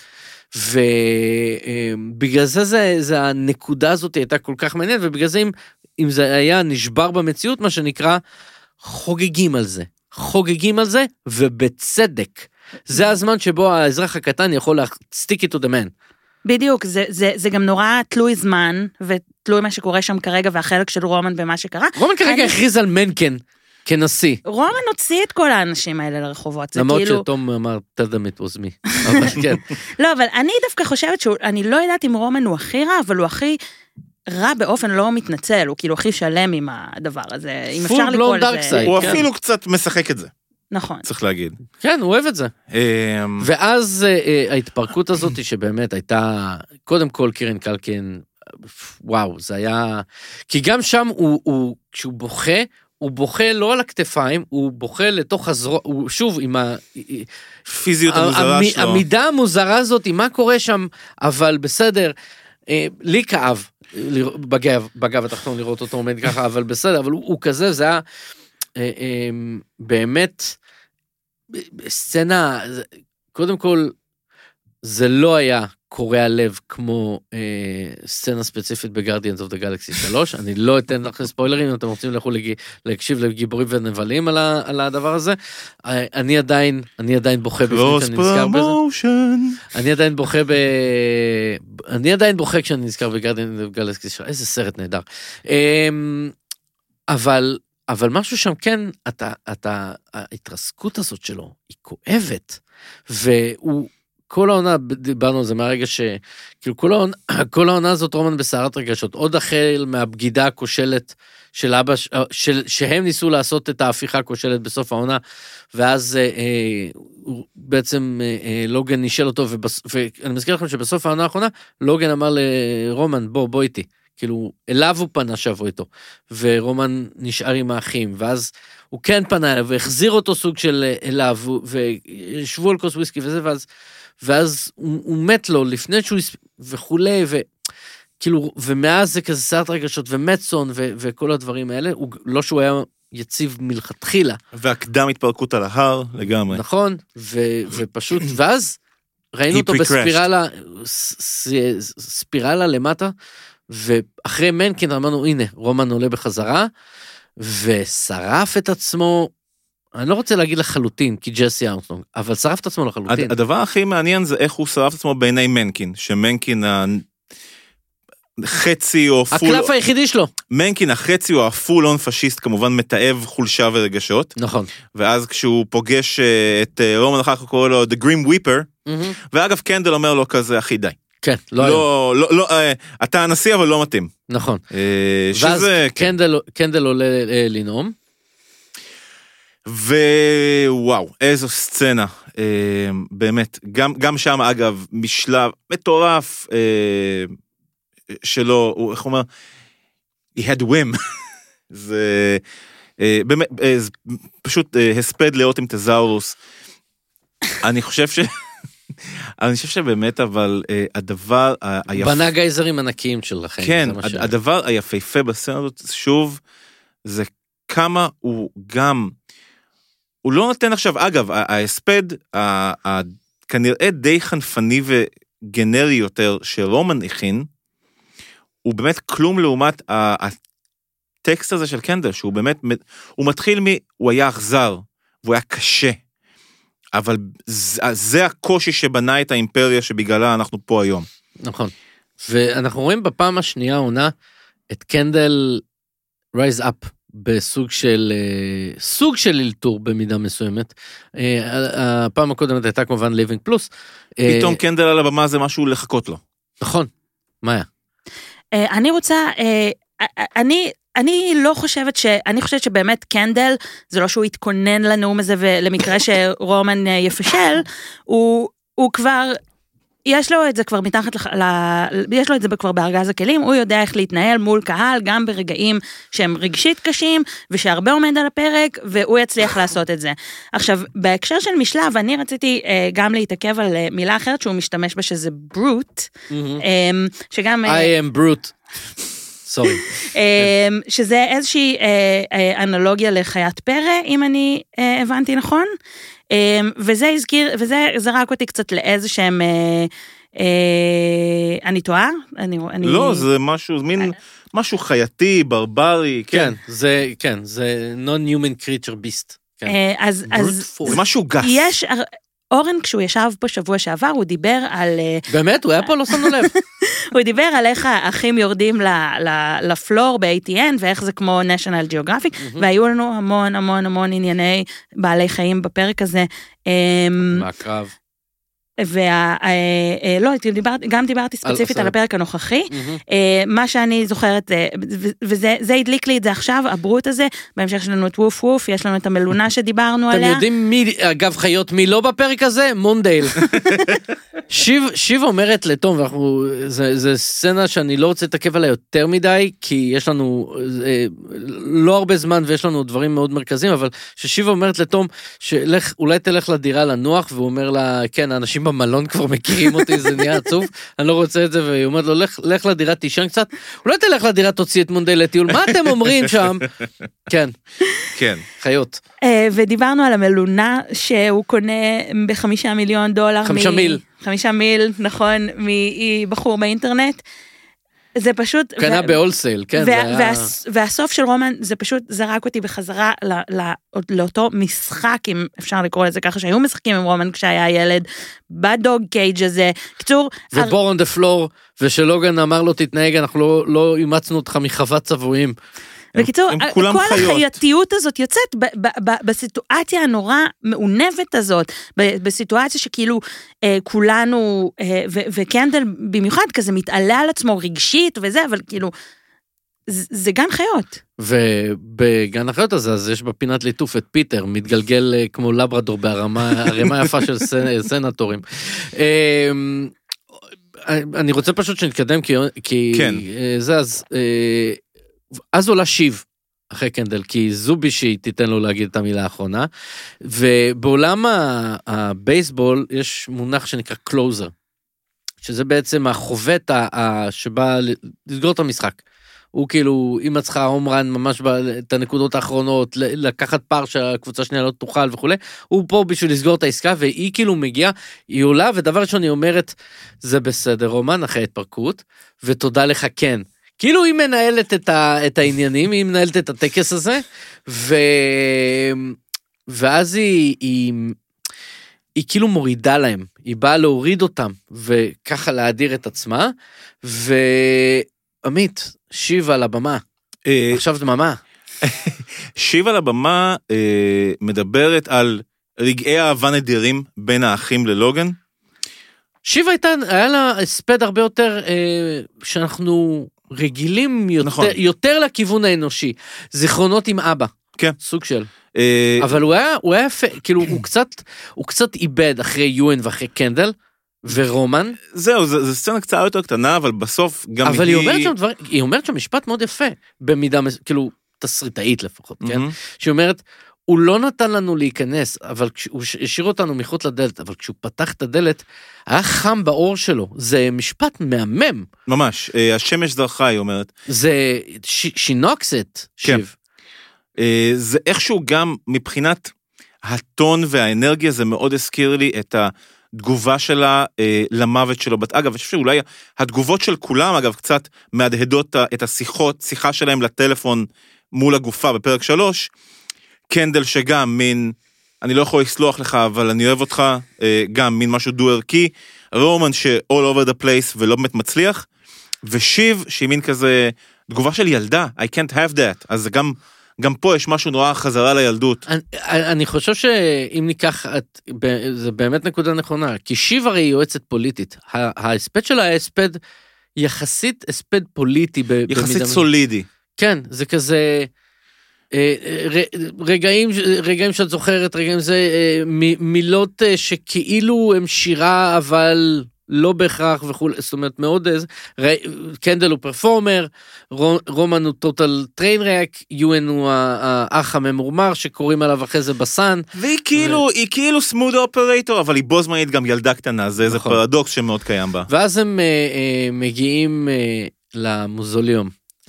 ובגלל זה, זה, זה הנקודה הזאת הייתה כל כך מעניינת, ובגלל זה אם, אם זה היה נשבר במציאות, מה שנקרא, חוגגים על זה, חוגגים על זה, ובצדק. זה הזמן שבו האזרח הקטן יכול להסטיק איתו דמן. בדיוק, זה, זה, זה גם נורא תלוי זמן, ותלוי מה שקורה שם כרגע, והחלק של רומן במה שקרה. רומן כרגע אני... הכריז על מנקן, כנשיא. רומן הוציא את כל האנשים האלה לרחובות. למרות כאילו... שתום אמר, תדמת עוזמי. אבל כן. לא, אבל אני דווקא חושבת שאני לא יודעת אם רומן הוא הכי רע, אבל הוא הכי רע באופן לא מתנצל, הוא כאילו הכי שלם עם הדבר הזה. אם אפשר לקרוא לזה... הוא אפילו קצת משחק את זה. נכון. צריך להגיד. כן, הוא אוהב את זה. ואז ההתפרקות הזאת שבאמת הייתה, קודם כל קירן קלקין, וואו, זה היה, כי גם שם הוא, כשהוא בוכה, הוא בוכה לא על הכתפיים, הוא בוכה לתוך הזרוע, הוא שוב עם הפיזיות המוזרה שלו. המידה המוזרה הזאת, מה קורה שם, אבל בסדר, לי כאב, בגב התחתון לראות אותו עומד ככה, אבל בסדר, אבל הוא כזה, זה היה באמת, סצנה, קודם כל, זה לא היה קורע לב כמו אה, סצנה ספציפית בגרדיאנס אוף דה גלקסי שלוש, אני לא אתן לכם ספוילרים, אם אתם רוצים לכו לג... להקשיב לגיבורים ונבלים על, ה... על הדבר הזה, אני עדיין, אני עדיין בוכה בפני שאני נזכר בזה. אני עדיין בוכה ב... אני עדיין בוכה כשאני נזכר בגרדיאנס אוף דה גלקסי שלוש, איזה סרט נהדר. אה, אבל... אבל משהו שם כן, אתה, אתה, ההתרסקות הזאת שלו, היא כואבת, והוא, כל העונה, דיברנו על זה מהרגע ש, כאילו כל העונה, כל העונה הזאת רומן בסערת רגשות, עוד החל מהבגידה הכושלת של אבא, של, שהם ניסו לעשות את ההפיכה הכושלת בסוף העונה, ואז אה, הוא בעצם אה, לוגן נשאל אותו, ובס, ואני מזכיר לכם שבסוף העונה האחרונה, לוגן אמר לרומן, בוא, בוא איתי. כאילו, אליו הוא פנה שבו איתו, ורומן נשאר עם האחים, ואז הוא כן פנה אליו, והחזיר אותו סוג של אליו, וישבו על כוס וויסקי וזה, ואז, ואז הוא, הוא מת לו, לפני שהוא, וכולי, וכאילו, ומאז זה כזה סרט רגשות, ומטסון, ו, וכל הדברים האלה, הוא, לא שהוא היה יציב מלכתחילה. והקדם התפרקות על ההר, לגמרי. נכון, ו, ופשוט, ואז, ראינו אותו בספירלה, ספירלה למטה, ואחרי מנקין אמרנו, הנה, רומן עולה בחזרה, ושרף את עצמו, אני לא רוצה להגיד לחלוטין, כי ג'סי ארמסטרונג, אבל שרף את עצמו לחלוטין. הדבר הכי מעניין זה איך הוא שרף את עצמו בעיני מנקין, שמנקין החצי או פול... הקלף היחידי שלו. מנקין החצי או הפול און פשיסט, כמובן מתאב חולשה ורגשות. נכון. ואז כשהוא פוגש את רומן אחר כך, קורא לו The Grim Weeper, ואגב קנדל אומר לו כזה, אחי די. כן, לא, לא, לא, לא, אתה הנשיא אבל לא מתאים. נכון. ואז קנדל, קנדל עולה לנאום. ווואו, איזו סצנה, באמת, גם, גם שם אגב, משלב מטורף שלו, הוא, איך אומר, he had whim, זה באמת, פשוט הספד לאוטם תזאורוס, אני חושב ש... אני חושב שבאמת, אבל הדבר היפ... בנה גייזרים ענקיים שלכם. כן, הדבר היפהפה בסצנה הזאת, שוב, זה כמה הוא גם, הוא לא נותן עכשיו, אגב, ההספד, כנראה די חנפני וגנרי יותר, שרומן הכין, הוא באמת כלום לעומת הטקסט הזה של קנדל, שהוא באמת, הוא מתחיל מ... הוא היה אכזר, והוא היה קשה, אבל זה, זה הקושי שבנה את האימפריה שבגללה אנחנו פה היום. נכון. ואנחנו רואים בפעם השנייה עונה את קנדל רייז אפ בסוג של סוג של אלתור במידה מסוימת. הפעם הקודמת הייתה כמובן ליבינג פלוס. פתאום קנדל על הבמה זה משהו לחכות לו. נכון. מה היה? אני רוצה, אני אני לא חושבת ש... אני חושבת שבאמת קנדל, זה לא שהוא יתכונן לנאום הזה, ולמקרה שרומן יפשל, הוא, הוא כבר... יש לו את זה כבר מתחת, ל... יש לו את זה כבר בארגז הכלים, הוא יודע איך להתנהל מול קהל, גם ברגעים שהם רגשית קשים, ושהרבה עומד על הפרק, והוא יצליח לעשות את זה. עכשיו, בהקשר של משלב, אני רציתי אה, גם להתעכב על אה, מילה אחרת, שהוא משתמש בה שזה ברוט, mm-hmm. אה, שגם... I am brute. סורי. שזה איזושהי אנלוגיה לחיית פרא, אם אני הבנתי נכון, וזה הזכיר, וזה זרק אותי קצת לאיזה שהם, אני טועה? לא, זה משהו, מין משהו חייתי, ברברי, כן, זה, כן, זה non-human creature beast. אז, זה משהו גס. יש... אורן, כשהוא ישב פה שבוע שעבר, הוא דיבר על... באמת? הוא היה פה, לא שמנו לב. הוא דיבר על איך האחים יורדים לפלור ב-איי טי אן, ואיך זה כמו national geographic, והיו לנו המון המון המון ענייני בעלי חיים בפרק הזה. מהקרב. ולא, גם דיברתי ספציפית על הפרק הנוכחי, מה שאני זוכרת, וזה הדליק לי את זה עכשיו, הברוט הזה, בהמשך יש לנו את ווף ווף, יש לנו את המלונה שדיברנו עליה. אתם יודעים מי, אגב חיות, מי לא בפרק הזה? מונדייל. שיב אומרת לתום, זה סצנה שאני לא רוצה להתעכב עליה יותר מדי, כי יש לנו לא הרבה זמן, ויש לנו דברים מאוד מרכזיים, אבל ששיב אומרת לתום, שאולי תלך לדירה לנוח, והוא אומר לה, כן, האנשים במלון כבר מכירים אותי, זה נהיה עצוב, אני לא רוצה את זה, והיא אומרת לו, לך, לך לדירה, תישן קצת, אולי תלך לדירה, תוציא את מונדייל לטיול, מה אתם אומרים שם? כן. כן. חיות. ודיברנו על המלונה, שהוא קונה בחמישה מיליון דולר. חמישה מיל. חמישה מיל, נכון, מבחור באינטרנט. זה פשוט... קנה באולסייל, כן. והסוף של רומן, זה פשוט זרק אותי בחזרה לאותו משחק, אם אפשר לקרוא לזה ככה, שהיו משחקים עם רומן כשהיה ילד, בדוג קייג' הזה. קצור... ובור on the floor, ושלוגן אמר לו, תתנהג, אנחנו לא אימצנו אותך מחוות צבועים. בקיצור, כל החייתיות הזאת יוצאת בסיטואציה הנורא מעונבת הזאת, בסיטואציה שכאילו כולנו, וקנדל במיוחד כזה מתעלה על עצמו רגשית וזה, אבל כאילו, זה גן חיות. ובגן החיות הזה, אז יש בפינת ליטוף את פיטר, מתגלגל כמו לברדור בהרמה יפה של סנטורים. אני רוצה פשוט שנתקדם, כי זה אז... אז עולה שיב אחרי קנדל, כי זובי שהיא תיתן לו להגיד את המילה האחרונה, ובעולם הבייסבול יש מונח שנקרא קלוזר, שזה בעצם החובט שבא לסגור את המשחק. הוא כאילו, אם את צריכה הומרן ממש את הנקודות האחרונות, לקחת פער שהקבוצה שנייה לא תוכל וכו', הוא פה בשביל לסגור את העסקה, והיא כאילו מגיעה, היא עולה, ודבר ראשון היא אומרת, זה בסדר רומן, אחרי התפרקות, ותודה לך כן. כאילו היא מנהלת את, ה, את העניינים, היא מנהלת את הטקס הזה, ו... ואז היא, היא, היא כאילו מורידה להם, היא באה להוריד אותם, וככה להדיר את עצמה, ועמית, שיב על הבמה, עכשיו דממה. שיב על הבמה מדברת על רגעי אהבה נדירים בין האחים ללוגן. שיב הייתה, היה לה הספד הרבה יותר, שאנחנו... רגילים יותר, נכון. יותר לכיוון האנושי, זיכרונות עם אבא, כן. סוג של, אה... אבל הוא היה, הוא היה יפה, כאילו הוא קצת, הוא קצת איבד אחרי יואן ואחרי קנדל, ורומן. זהו, זה, זה סצנה קצת יותר קטנה, אבל בסוף גם אבל היא... היא אומרת שם דבר, היא אומרת שם משפט מאוד יפה, במידה, כאילו, תסריטאית לפחות, כן? שהיא אומרת, הוא לא נתן לנו להיכנס, אבל הוא השאיר אותנו מחוץ לדלת, אבל כשהוא פתח את הדלת, היה חם באור שלו, זה משפט מהמם. ממש, השמש זרחה, היא אומרת. זה שינוקסת, שיב. זה איכשהו גם מבחינת הטון והאנרגיה, זה מאוד הזכיר לי את התגובה שלה למוות שלו. אגב, אני חושב שאולי התגובות של כולם, אגב, קצת מהדהדות את השיחות, שיחה שלהם לטלפון מול הגופה בפרק שלוש, קנדל שגם מין, אני לא יכול לסלוח לך, אבל אני אוהב אותך, גם מין משהו דו ערכי, רומן ש-all over the place ולא באמת מצליח, ושיב שהיא מין כזה, תגובה של ילדה, I can't have that, אז גם, גם פה יש משהו נורא חזרה לילדות. אני, אני חושב שאם ניקח, את, זה באמת נקודה נכונה, כי שיב הרי היא יועצת פוליטית, ההספד שלה היה הספד, יחסית הספד פוליטי, יחסית סולידי. כן, זה כזה, רגעים, רגעים שאת זוכרת, רגעים זה, מילות שכאילו הם שירה, אבל לא בהכרח וכו', זאת אומרת, מאוד, קנדל הוא פרפורמר, רומן הוא טוטל טריינרק, יואן הוא האח הממורמר, שקוראים עליו אחרי זה בסן. והיא כאילו, היא כאילו סמוד אופרטור, אבל היא בו זמנית גם ילדה קטנה, זה איזה פרדוקס שמאוד קיים בה. ואז הם מגיעים למוזוליום.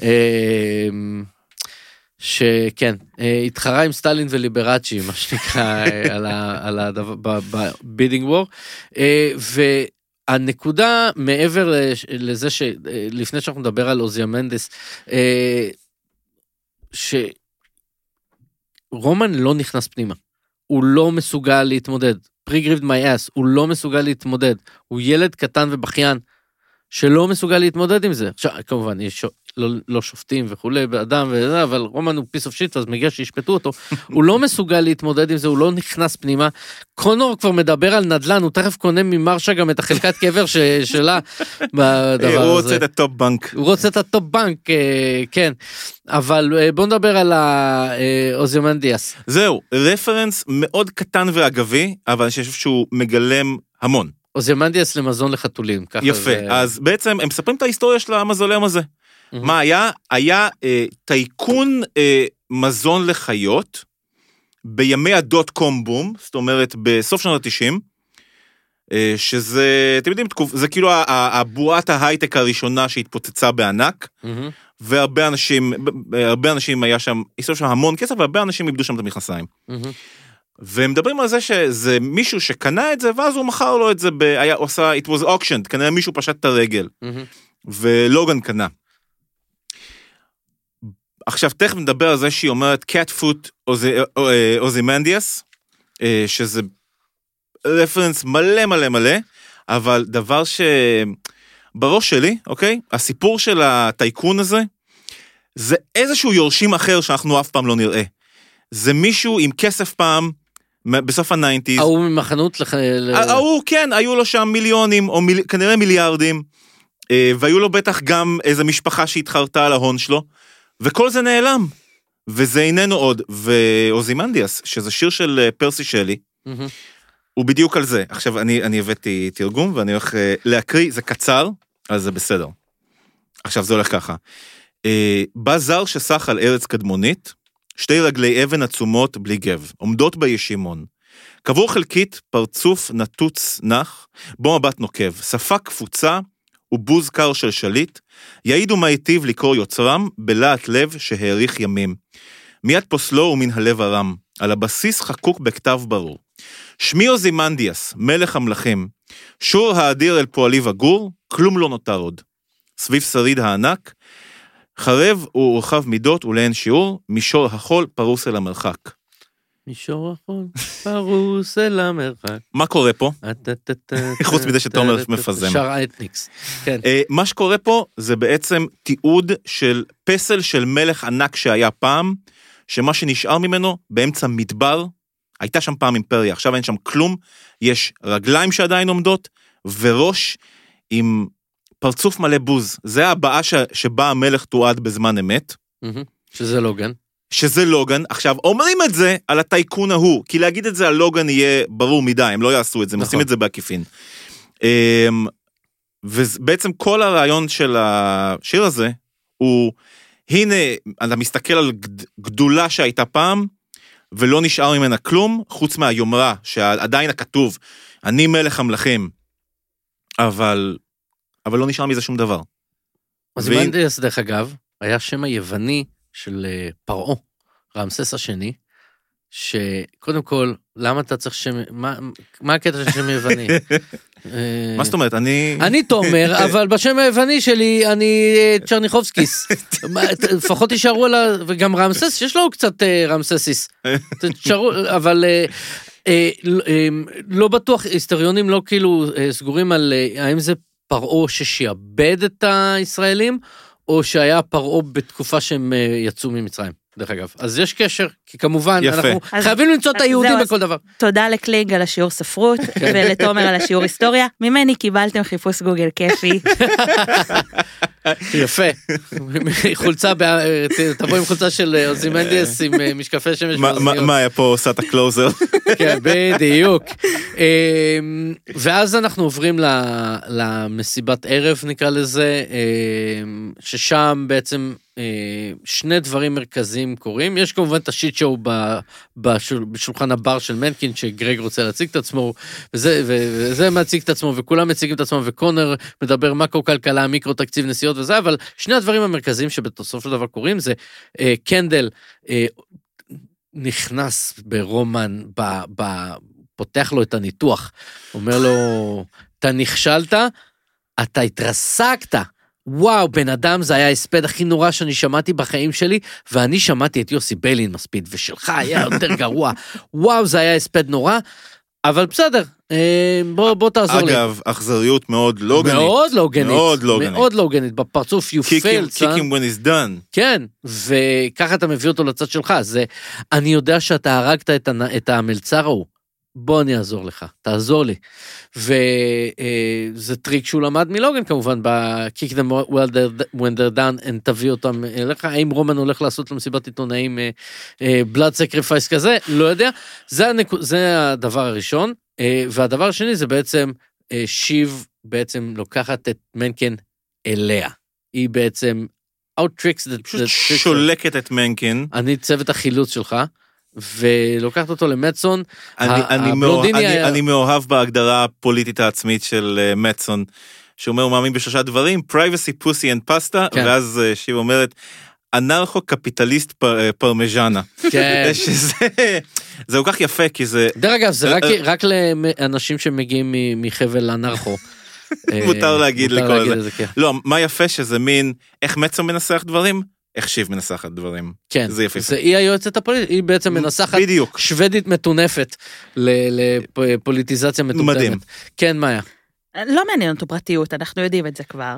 שכן, התחרה עם סטלין וליברצ'י, מה שנקרא, על הדבר, בבידינג וור, והנקודה מעבר לזה שלפני שאנחנו נדבר על אוזימנדס, שרומן לא נכנס פנימה, הוא לא מסוגל להתמודד, pre-grieved my ass, הוא לא מסוגל להתמודד, הוא ילד קטן ובכיין, שלא מסוגל להתמודד עם זה. עכשיו, כמובן, יש לא, לא שופטים וכולי, באדם וזה, אבל רומן הוא פיס אוף שיט, אז מגיע שישפטו אותו, הוא לא מסוגל להתמודד עם זה, הוא לא נכנס פנימה. קונור כבר מדבר על נדל"ן, הוא תכף קונה ממרשה גם את החלקת קבר ש, שלה, בדבר הזה. הוא רוצה את הטופ בנק. הוא רוצה את הטופ בנק, כן. אבל בוא נדבר על האוזימנדיאס. זהו, רפרנס מאוד קטן ואגבי, אבל אני חושב שהוא מגלם המון. אוזימנדיאס למזון לחתולים. יפה, אז בעצם הם מספרים את ההיסטוריה של המזוליום הזה. מה היה? היה אה, טייקון אה, מזון לחיות בימי הדוט קום בום, זאת אומרת בסוף שנות ה-תשעים, אה, שזה, אתם יודעים, זה כאילו הבועת ההייטק הראשונה שהתפוצצה בענק, והרבה אנשים, הרבה אנשים היה שם, יש שם המון כסף, והרבה אנשים איבדו שם את המכנסיים. והם מדברים על זה שזה מישהו שקנה את זה, ואז הוא מכר לו את זה, ב, היה, הוא עושה, it was auctioned, כנראה מישהו פשט את הרגל, ולוגן קנה. עכשיו, תכף נדבר על זה שהיא אומרת, cat foot אוזימנדיאס, שזה רפרנס מלא מלא מלא, אבל דבר שבראש שלי, אוקיי, הסיפור של הטייקון הזה, זה איזשהו יורשים אחר שאנחנו אף פעם לא נראה. זה מישהו עם כסף פעם, בסוף ה-תשעים. ההוא ממחנות לך... ההוא, כן, היו לו שם מיליונים, או מיל... כנראה מיליארדים, והיו לו בטח גם איזו משפחה שהתחרתה על ההון שלו, וכל זה נעלם, וזה איננו עוד, ואוזימנדיאס, שזה שיר של פרסי שלי, mm-hmm. הוא בדיוק על זה. עכשיו, אני, אני הבאתי תרגום, ואני הולך להקריא, זה קצר, אז זה בסדר. עכשיו, זה הולך ככה. בא זר שסח על ארץ קדמונית, שתי רגלי אבן עצומות בלי גב, עומדות בישימון. קבור חלקית, פרצוף נטוץ נח, בו מבט נוקב, שפה קפוצה, ובוז קר של שליט, יעידו מה היטיב לקרוא יוצרם, בלעת לב שהאריך ימים. מיד פוסלו ומן הלב הרם, על הבסיס חקוק בכתב ברור. שמי אוזימנדיאס, מלך המלכים, שור האדיר אל פועלי וגור, כלום לא נותר עוד. סביב שריד הענק, חרב ורחב מידות ולאין שיעור, מישור החול פרוס אל המרחק. מישור החול פרוס אל המרחק. מה קורה פה? חוץ מזה שתומר מפזם. שר אתניקס. מה שקורה פה זה בעצם תיעוד של פסל של מלך ענק שהיה פעם, שמה שנשאר ממנו באמצע מדבר, הייתה שם פעם אימפריה, עכשיו אין שם כלום, יש רגליים שעדיין עומדות, וראש עם פרצוף מלא בוז. זה הבאה ש... שבה המלך תועד בזמן אמת. שזה לוגן. שזה לוגן. עכשיו, אומרים את זה על הטייקון ההוא, כי להגיד את זה על לוגן יהיה ברור מדי, הם לא יעשו את זה, הם עושים את זה בעקיפין. ובעצם כל הרעיון של השיר הזה, הוא, הנה, אתה מסתכל על גדולה שהייתה פעם, ולא נשאר ממנה כלום, חוץ מהיומרה, שעדיין הכתוב, אני מלך המלכים, אבל... אבל לא נשאר מזה שום דבר. אוזימנדיאס, דרך אגב, היה שם היווני של פרעה, רמסס השני, שקודם כל, למה אתה צריך שם, מה, מה הקטע של שם יווני? מה זאת אומרת? אני... אני תומר, אבל בשם היווני שלי, אני צ'רניחובסקיס. לפחות תישארו על ה... וגם רמסס, יש לו קצת רמססיס. תשארו, אבל... לא בטוח, היסטוריונים לא כאילו סגורים על האם זה פרעה ששיעבד את הישראלים, או שהיה פרעה בתקופה שהם יצאו ממצרים, דרך אגב. אז יש קשר, כי כמובן יפה. אנחנו אז, חייבים למצוא את היהודים בכל דבר. תודה לקליג על השיעור ספרות, ולתומר על השיעור היסטוריה. ממני קיבלתם חיפוש גוגל כיפי. יפה. חולצה, תבוא עם חולצה של אוזימנדיאס עם משקפי שמש. מה היה פה עושה את הקלוזר? כן, בדיוק. ואז אנחנו עוברים למסיבת ערב, נקרא לזה, ששם בעצם שני דברים מרכזיים קורים. יש כמובן את השיט שואו בשולחן הבר של מנקין, שגרג רוצה להציג את עצמו, וזה, וזה מציג את עצמו, וכולם מציגים את עצמם, וקונר מדבר מקרו כלכלה, מיקרו תקציב נסיעות וזה, אבל שני הדברים המרכזיים שבסוף של דבר קורים, זה קנדל נכנס ברומן, פותח לו את הניתוח, אומר לו, אתה נכשלת, אתה התרסקת, וואו, בן אדם, זה היה הספד הכי נורא שאני שמעתי בחיים שלי, ואני שמעתי את יוסי ביילין מספיד, ושלך היה יותר גרוע, וואו, זה היה הספד נורא, אבל בסדר, בוא, בוא תעזור לי. אגב, אכזריות מאוד לא גנית. מאוד לא גנית. מאוד לא גנית. מאוד לא גנית, בפרצוף you failed, kick him when he's done. כן, וככה אתה מביא אותו לצד שלך, זה, אני יודע שאתה הרגת את, את המלצר ההוא, בוא אני אעזור לך, תעזור לי. וזה טריק שהוא למד מלוגן כמובן, ב-kick them when they're done, and תביא אותם אליך, האם רומן הולך לעשות למסיבת עיתונאים blood sacrifice כזה, לא יודע, זה, הנק... זה הדבר הראשון, והדבר השני זה בעצם, שיב בעצם לוקחת את מנקין אליה, היא בעצם out-tricks, פשוט שולקת את מנקין, אני צוות החילוץ שלך, ולוקחת אותו למצון. אני מאוהב בהגדרה הפוליטית העצמית של מצון, שאומר, הוא מאמין בשלושה דברים, privacy, pussy and pasta, ואז שהיא אומרת, אנרכו-קפיטליסט פרמז'נה. כן. זה כל כך יפה, כי זה... דרך אגב, זה רק לאנשים שמגיעים מחבל אנרכו. מותר להגיד לכל זה. לא, מה יפה שזה מין, איך מצון מנסח דברים? איך שיב מנסחת דברים. כן, זה יפה. זה היא היועצת הפוליטית, היא בעצם מנסחת בדיוק. שוודית מטונפת לפוליטיזציה מטומטמת. מדהים. כן, מאיה. לא מעניין אותו פרטיות, אנחנו יודעים את זה כבר.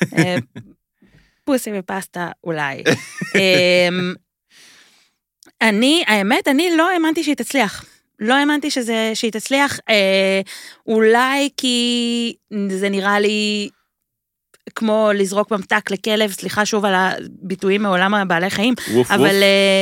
פוסי ופסטה אולי. אני, האמת, אני לא האמנתי שהיא תצליח. לא האמנתי שזה, שהיא תצליח, אולי כי זה נראה לי... כמו לזרוק ממתק לכלב, סליחה שוב על הביטויים מעולם הבעלי חיים, ווף, אבל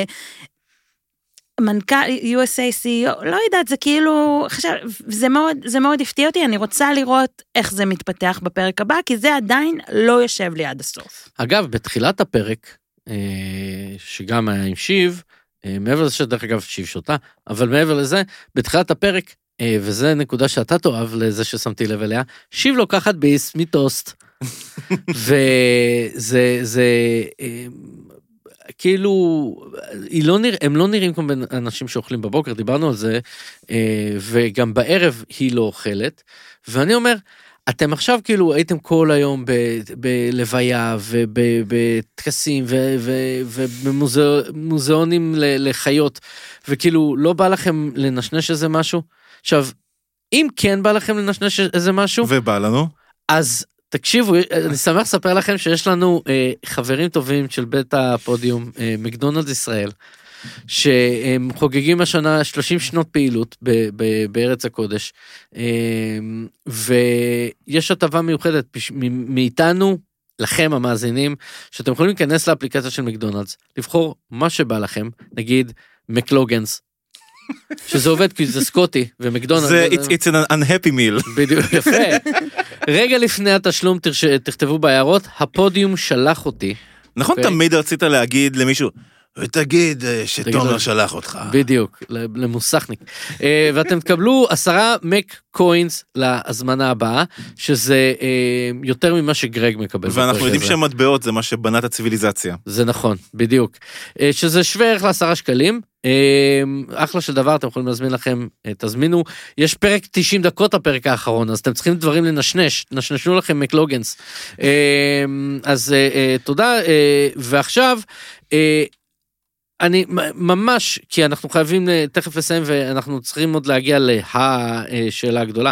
uh, מנכ"ל יו אס איי סי אי או, לא יודעת, זה כאילו, חשב, זה מאוד, זה מאוד הפתיע אותי, אני רוצה לראות איך זה מתפתח בפרק הבא, כי זה עדיין לא יושב לי עד הסוף. אגב, בתחילת הפרק, שגם היה עם שיב, מעבר לזה שדרך אגב שיב שותה, אבל מעבר לזה, בתחילת הפרק, וזה נקודה שאתה תאהב לזה ששמתי לב אליה, שיב לוקחת ביס מטוסט, וזה, זה, כאילו, היא לא נרא, הם לא נראים כמו אנשים שאוכלים בבוקר, דיברנו על זה, וגם בערב היא לא אוכלת, ואני אומר, אתם עכשיו כאילו הייתם כל היום בלוויה ובטקסים ובמוזיאונים לחיות, וכאילו לא בא לכם לנשנש איזה משהו? עכשיו, אם כן בא לכם לנשנש איזה משהו, ובא לנו, אז תקשיבו, אני שמח לספר לכם שיש לנו אה, חברים טובים של בית הפודיום, אה, מקדונלדס ישראל, שהם חוגגים השנה שלושים שנות פעילות ב- ב- בארץ הקודש, אה, ויש הטבה מיוחדת מ- מאיתנו, לכם המאזינים, שאתם יכולים להיכנס לאפליקציה של מקדונלדס, לבחור מה שבא לכם, נגיד מקלוגנס, שזה עובד כי זה סקוטי, ומקדונלדס... זה, it's, it's an unhappy meal. בדיוק, יפה. רגע לפני התשלום, תכתבו בהערות, הפודיום שלח אותי. נכון, תמיד רצית להגיד למישהו, ותגיד שתומר שלח אותך. בדיוק, למוסכניק. ואתם תקבלו עשרה מק קוינס להזמנה הבאה, שזה יותר ממה שגרג מקבל. ואנחנו יודעים שהמטבעות זה מה שבנה את הציביליזציה. זה נכון, בדיוק. שזה שווה ערך לעשרה שקלים. אחלה של דבר, אתם יכולים להזמין לכם, תזמינו. יש פרק תשעים דקות הפרק האחרון, אז אתם צריכים דברים לנשנש, נשנשנו לכם מקלוגנס. אז תודה, ועכשיו, אני ממש, כי אנחנו חייבים תכף לסיים, ואנחנו צריכים עוד להגיע לשאלה הגדולה.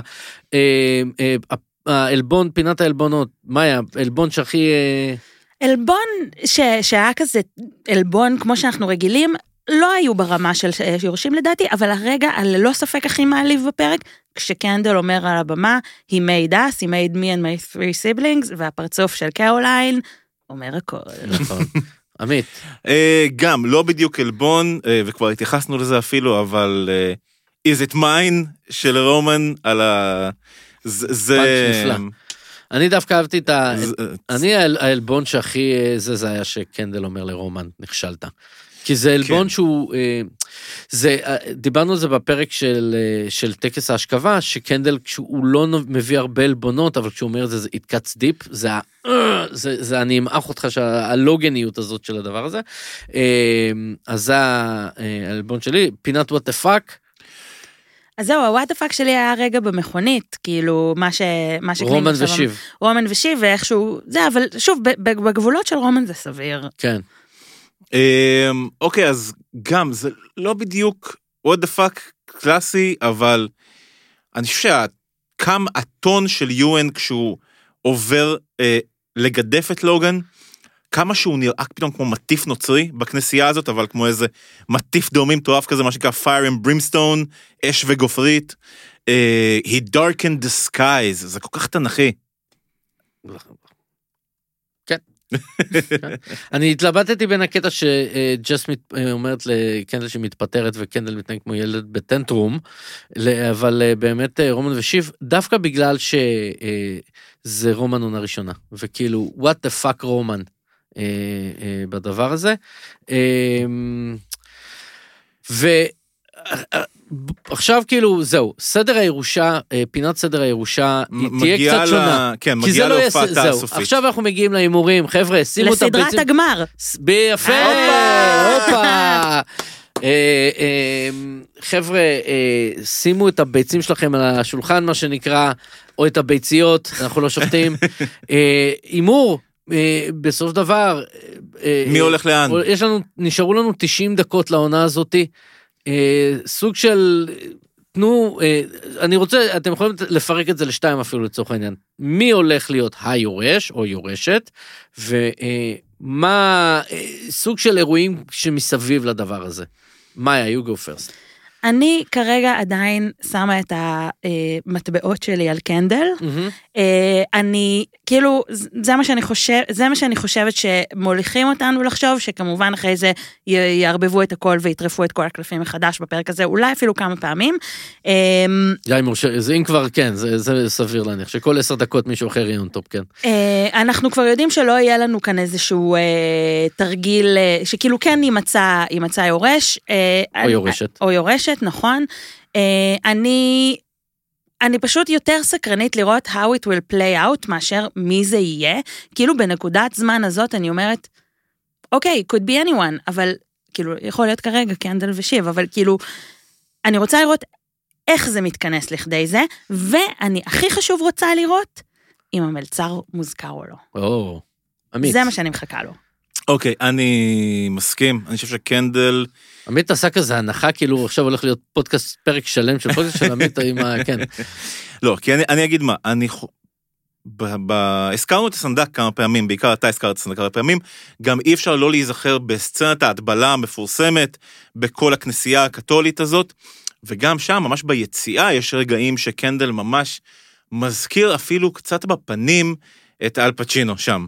האלבון, פינת האלבונות, מאיה, אלבון שהכי... אלבון שהיה כזה, אלבון כמו שאנחנו רגילים, לא היו ברמה של יורשים לדעתי, אבל הרגע, ללא ספק הכי מעליב בפרק, כשקנדל אומר על הבמה, he made us, he made me and my three siblings, והפרצוף של קרוליין, אומר הכל. נכון. עמית. גם, לא בדיוק אלבון, וכבר התייחסנו לזה אפילו, אבל is it mine של רומן על ה... זה... אני דווקא אהבתי את ה... אני האלבון שהכי זה, זה היה שקנדל אומר לרומן, נכשלת. כי זה אלבון שהוא... זה, דיברנו על זה בפרק של, של טקס ההשכבה, שקנדל כשהוא לא מביא הרבה אלבונות, אבל כשהוא אומר זה, זה it cuts deep, זה, זה, זה אני אמעך אותך, הלוגניות הזאת של הדבר הזה. אז זה האלבון שלי, פינת what the fuck. אז זהו, ה-what the fuck שלי היה רגע במכונית, כאילו, מה ש... מה רומן ושיב. רומן ושיב, ואיכשהו, זה, אבל שוב, בגבולות של רומן זה סביר. כן. אוקיי, אז גם, זה לא בדיוק what the fuck קלאסי, אבל אני חושב שהקם הטון של יואן כשהוא עובר לגדף את לוגן, כמה שהוא נראה פתאום כמו מטיף נוצרי בכנסייה הזאת, אבל כמו איזה מטיף דומים טורף כזה, מה שנקרא Fire and Brimstone, אש וגופרית, He darkened the skies, זה כל כך תנכי. כן. אני התלבטתי בין הקטע שג'ס אומרת לקנדל שמתפטרת וקנדל מתנהג כמו ילד בטנטרום, אבל באמת רומן ושיב, דווקא בגלל שזה רומן עונה ראשונה, וכאילו what the fuck רומן בדבר הזה, ועכשיו כאילו זהו, סדר הירושה, פינת סדר הירושה, היא תהיה קצת שונה. כן, מגיעה להופעת הסופית. עכשיו אנחנו מגיעים לאימורים, חבר'ה, שימו את הביצים. לסדרת הגמר. ביפה, הופה. חבר'ה, שימו את הביצים שלכם על השולחן, מה שנקרא, או את הביציות, אנחנו לא שופטים. אימור, בסוף דבר, מי הולך לאן? יש לנו, נשארו לנו תשעים דקות לעונה הזאת, סוג של, תנו, אני רוצה, אתם יכולים לפרק את זה לשתיים אפילו לצורך העניין, מי הולך להיות היורש או יורשת, ומה, סוג של אירועים שמסביב לדבר הזה. מאיה, you go first. אני כרגע עדיין שמה את המטבעות שלי על קנדל. אני, כאילו, זה מה שאני חושב, זה מה שאני חושבת שמוליכים אותנו לחשוב, שכמובן אחרי זה יערבבו את הכל ויטרפו את כל הקלפים מחדש בפרק הזה, אולי אפילו כמה פעמים. יאי מורשה, זה אם כבר, כן, זה סביר להניח, שכל עשר דקות מישהו אחר יהיה טופ, כן. אנחנו כבר יודעים שלא יהיה לנו כאן איזשהו תרגיל, שכאילו כן יימצא, יימצא יורש. או יורשת. או יורשת. נכון, אני, אני פשוט יותר סקרנית לראות how it will play out, מאשר מי זה יהיה, כאילו בנקודת זמן הזאת אני אומרת, אוקיי, could be anyone, אבל כאילו יכול להיות כרגע קנדל ושיב, אבל כאילו, אני רוצה לראות איך זה מתכנס לכדי זה, ואני הכי חשוב רוצה לראות, אם המלצר מוזכר או לא. או, עמית. זה מה שאני מחכה לו. אוקיי, אני מסכים, אני חושב שקנדל... עמית עשה כזה הנחה, כאילו עכשיו הולך להיות פודקאסט, פרק שלם של פודקאסט של עמית עם ה... כן. לא, כי אני, אני אגיד מה, אני... ב, ב, הזכרנו את הסנדק כמה פעמים, בעיקר אתה הזכרת את הסנדק כמה פעמים, גם אי אפשר לא להיזכר בסצנת ההטבלה המפורסמת, בכל הכנסייה הקתולית הזאת, וגם שם, ממש ביציאה, יש רגעים שקנדל ממש מזכיר אפילו קצת בפנים את אל פצ'ינו שם.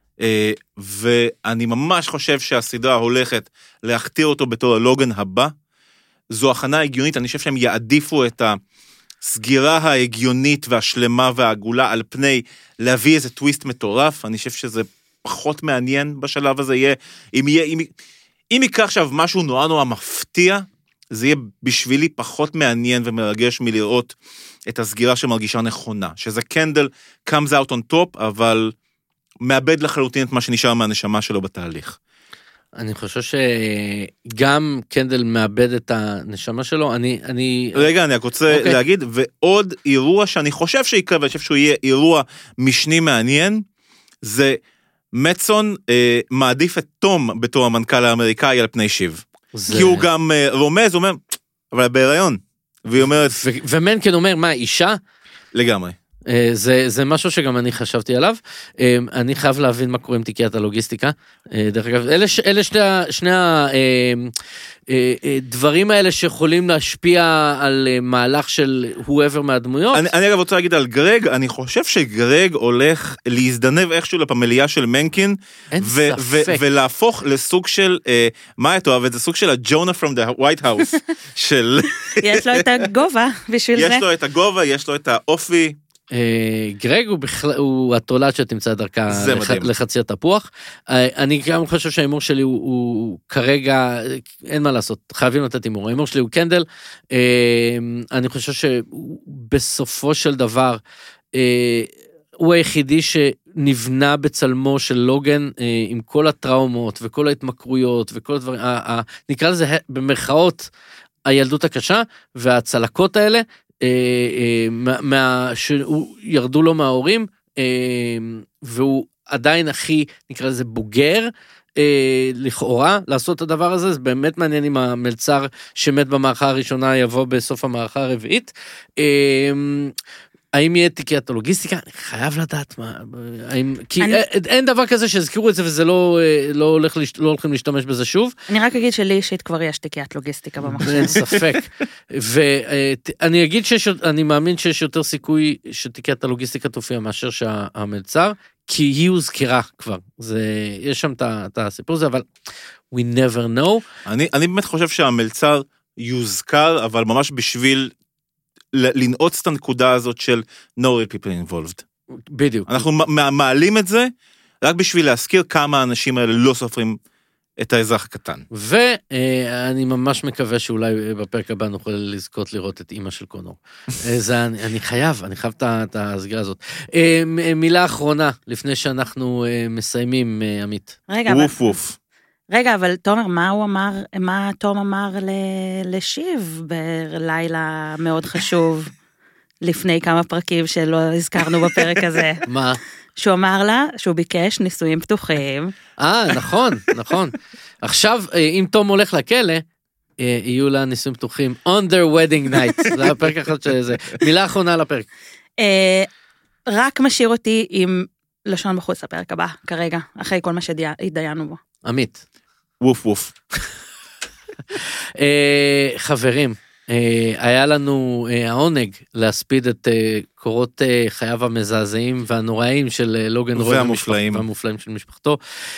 ואני ממש חושב שהסדרה הולכת להכתיר אותו בתור הלוגן הבא. זו הכנה הגיונית, אני חושב שהם יעדיפו את הסגירה ההגיונית והשלמה והעגולה על פני להביא איזה טוויסט מטורף. אני חושב שזה פחות מעניין בשלב הזה. יהיה, אם יהיה, אם, אם יקרה עכשיו משהו נורא נורא מפתיע, זה יהיה בשבילי פחות מעניין ומרגש מלראות את הסגירה שמרגישה נכונה, שזה קנדל comes out on top, אבל מאבד לחלוטין את מה שנשאר מהנשמה שלו בתהליך. אני חושב שגם קנדל מאבד את הנשמה שלו, אני... אני... רגע, אני רק רוצה okay. להגיד, ועוד אירוע שאני חושב שיקרה, ואני חושב שהוא יהיה אירוע משני מעניין, זה מצון אה, מעדיף את תום בתור המנכ"ל האמריקאי על פני שיב. זה... כי הוא גם אה, רומז, הוא אומר, אבל בהיריון. והיא אומרת... ו- ומנקן אומר, מה, אישה? לגמרי. זה, זה משהו שגם אני חשבתי עליו, אני חייב להבין מה קורה עם תיקיית הלוגיסטיקה, דרך אגב, אלה, אלה שני, שני הדברים האלה שיכולים להשפיע על מהלך של whoever מהדמויות. אני, אני אגב רוצה להגיד על גרג, אני חושב שגרג הולך להזדנב איכשהו לפמליה של מנקין, ו- ו- ולהפוך לסוג של, מה את אוהבת? זה סוג של הג'ונה from the White House, של... יש לו את הגובה בשביל יש זה. יש לו את הגובה, יש לו את האופי. גרג הוא בכלל, הוא התולד שתמצא דרכה לחצי התפוח. אני גם חושב שהאימור שלי הוא כרגע, אין מה לעשות, חייבים לתת אימור. האימור שלי הוא קנדל. אני חושב שבסופו של דבר, הוא היחידי שנבנה בצלמו של לוגן, עם כל הטראומות וכל ההתמכרויות וכל הדברים, נקרא לזה במרכאות, הילדות הקשה והצלקות האלה, שירדו לו מההורים, והוא עדיין הכי, נקרא לזה בוגר, לכאורה, לעשות את הדבר הזה, זה באמת מעניין אם המלצר שמת במערכה הראשונה יבוא בסוף המערכה הרביעית. האם יהיה תיקיית הלוגיסטיקה? אני חייב לדעת מה, האם, כי אני... אין דבר כזה שהזכירו את זה וזה לא, לא, הולך, לא הולכים להשתמש בזה שוב. אני רק אגיד שלי אישית כבר יש תיקיית לוגיסטיקה במחשב. אין ספק. ואני אגיד שיש, אני מאמין שיש יותר סיכוי שתיקיית הלוגיסטיקה תופיע מאשר שהמלצר, כי היא הוזכרה כבר. זה, יש שם את הסיפור הזה, אבל we never know. אני, אני באמת חושב שהמלצר יוזכר, אבל ממש בשביל לנעוץ את הנקודה הזאת של no real people involved. בדיוק. אנחנו מעלים את זה, רק בשביל להזכיר כמה האנשים האלה לא סופרים את האזרח הקטן. ואני ממש מקווה שאולי בפרק הבא נוכל לזכות לראות את אמא של קונור. זה, אני, אני חייב, אני חייב את הסגירה הזאת. מילה אחרונה, לפני שאנחנו מסיימים, עמית. רגע, ווף אבל... ווף. רגע, אבל תומר, מה הוא אמר, מה תום אמר לשיב בלילה מאוד חשוב, לפני כמה פרקים שלא הזכרנו בפרק הזה? מה? שהוא אמר לה, שהוא ביקש נישואים פתוחים. אה, נכון, נכון. עכשיו, אם תום הולך לכלא, יהיו לה נישואים פתוחים, on their wedding night, זה הפרק אחת של זה. מילה אחרונה לפרק. רק משאיר אותי עם לשון בחוץ לפרק הבא, כרגע, אחרי כל מה שהתדיינו בו. עמית. ווף ווף. חברים, היה לנו העונג להספיד את קורות חייו המזעזעים והנוראים של לוגן רוי והמופלאים של משפחתו.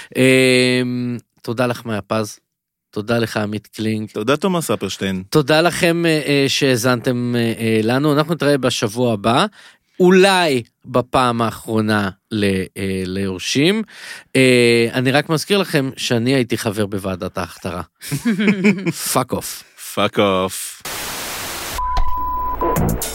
תודה לך מאיה פז, תודה לך עמית קלינג. תודה תומר ספרשטיין. תודה לכם שהזנתם לנו, אנחנו נתראה בשבוע הבא. אולי בפעם האחרונה ליורשים. אני רק מזכיר לכם שאני הייתי חבר בוועדת ההכתרה. פאק אוף. פאק אוף.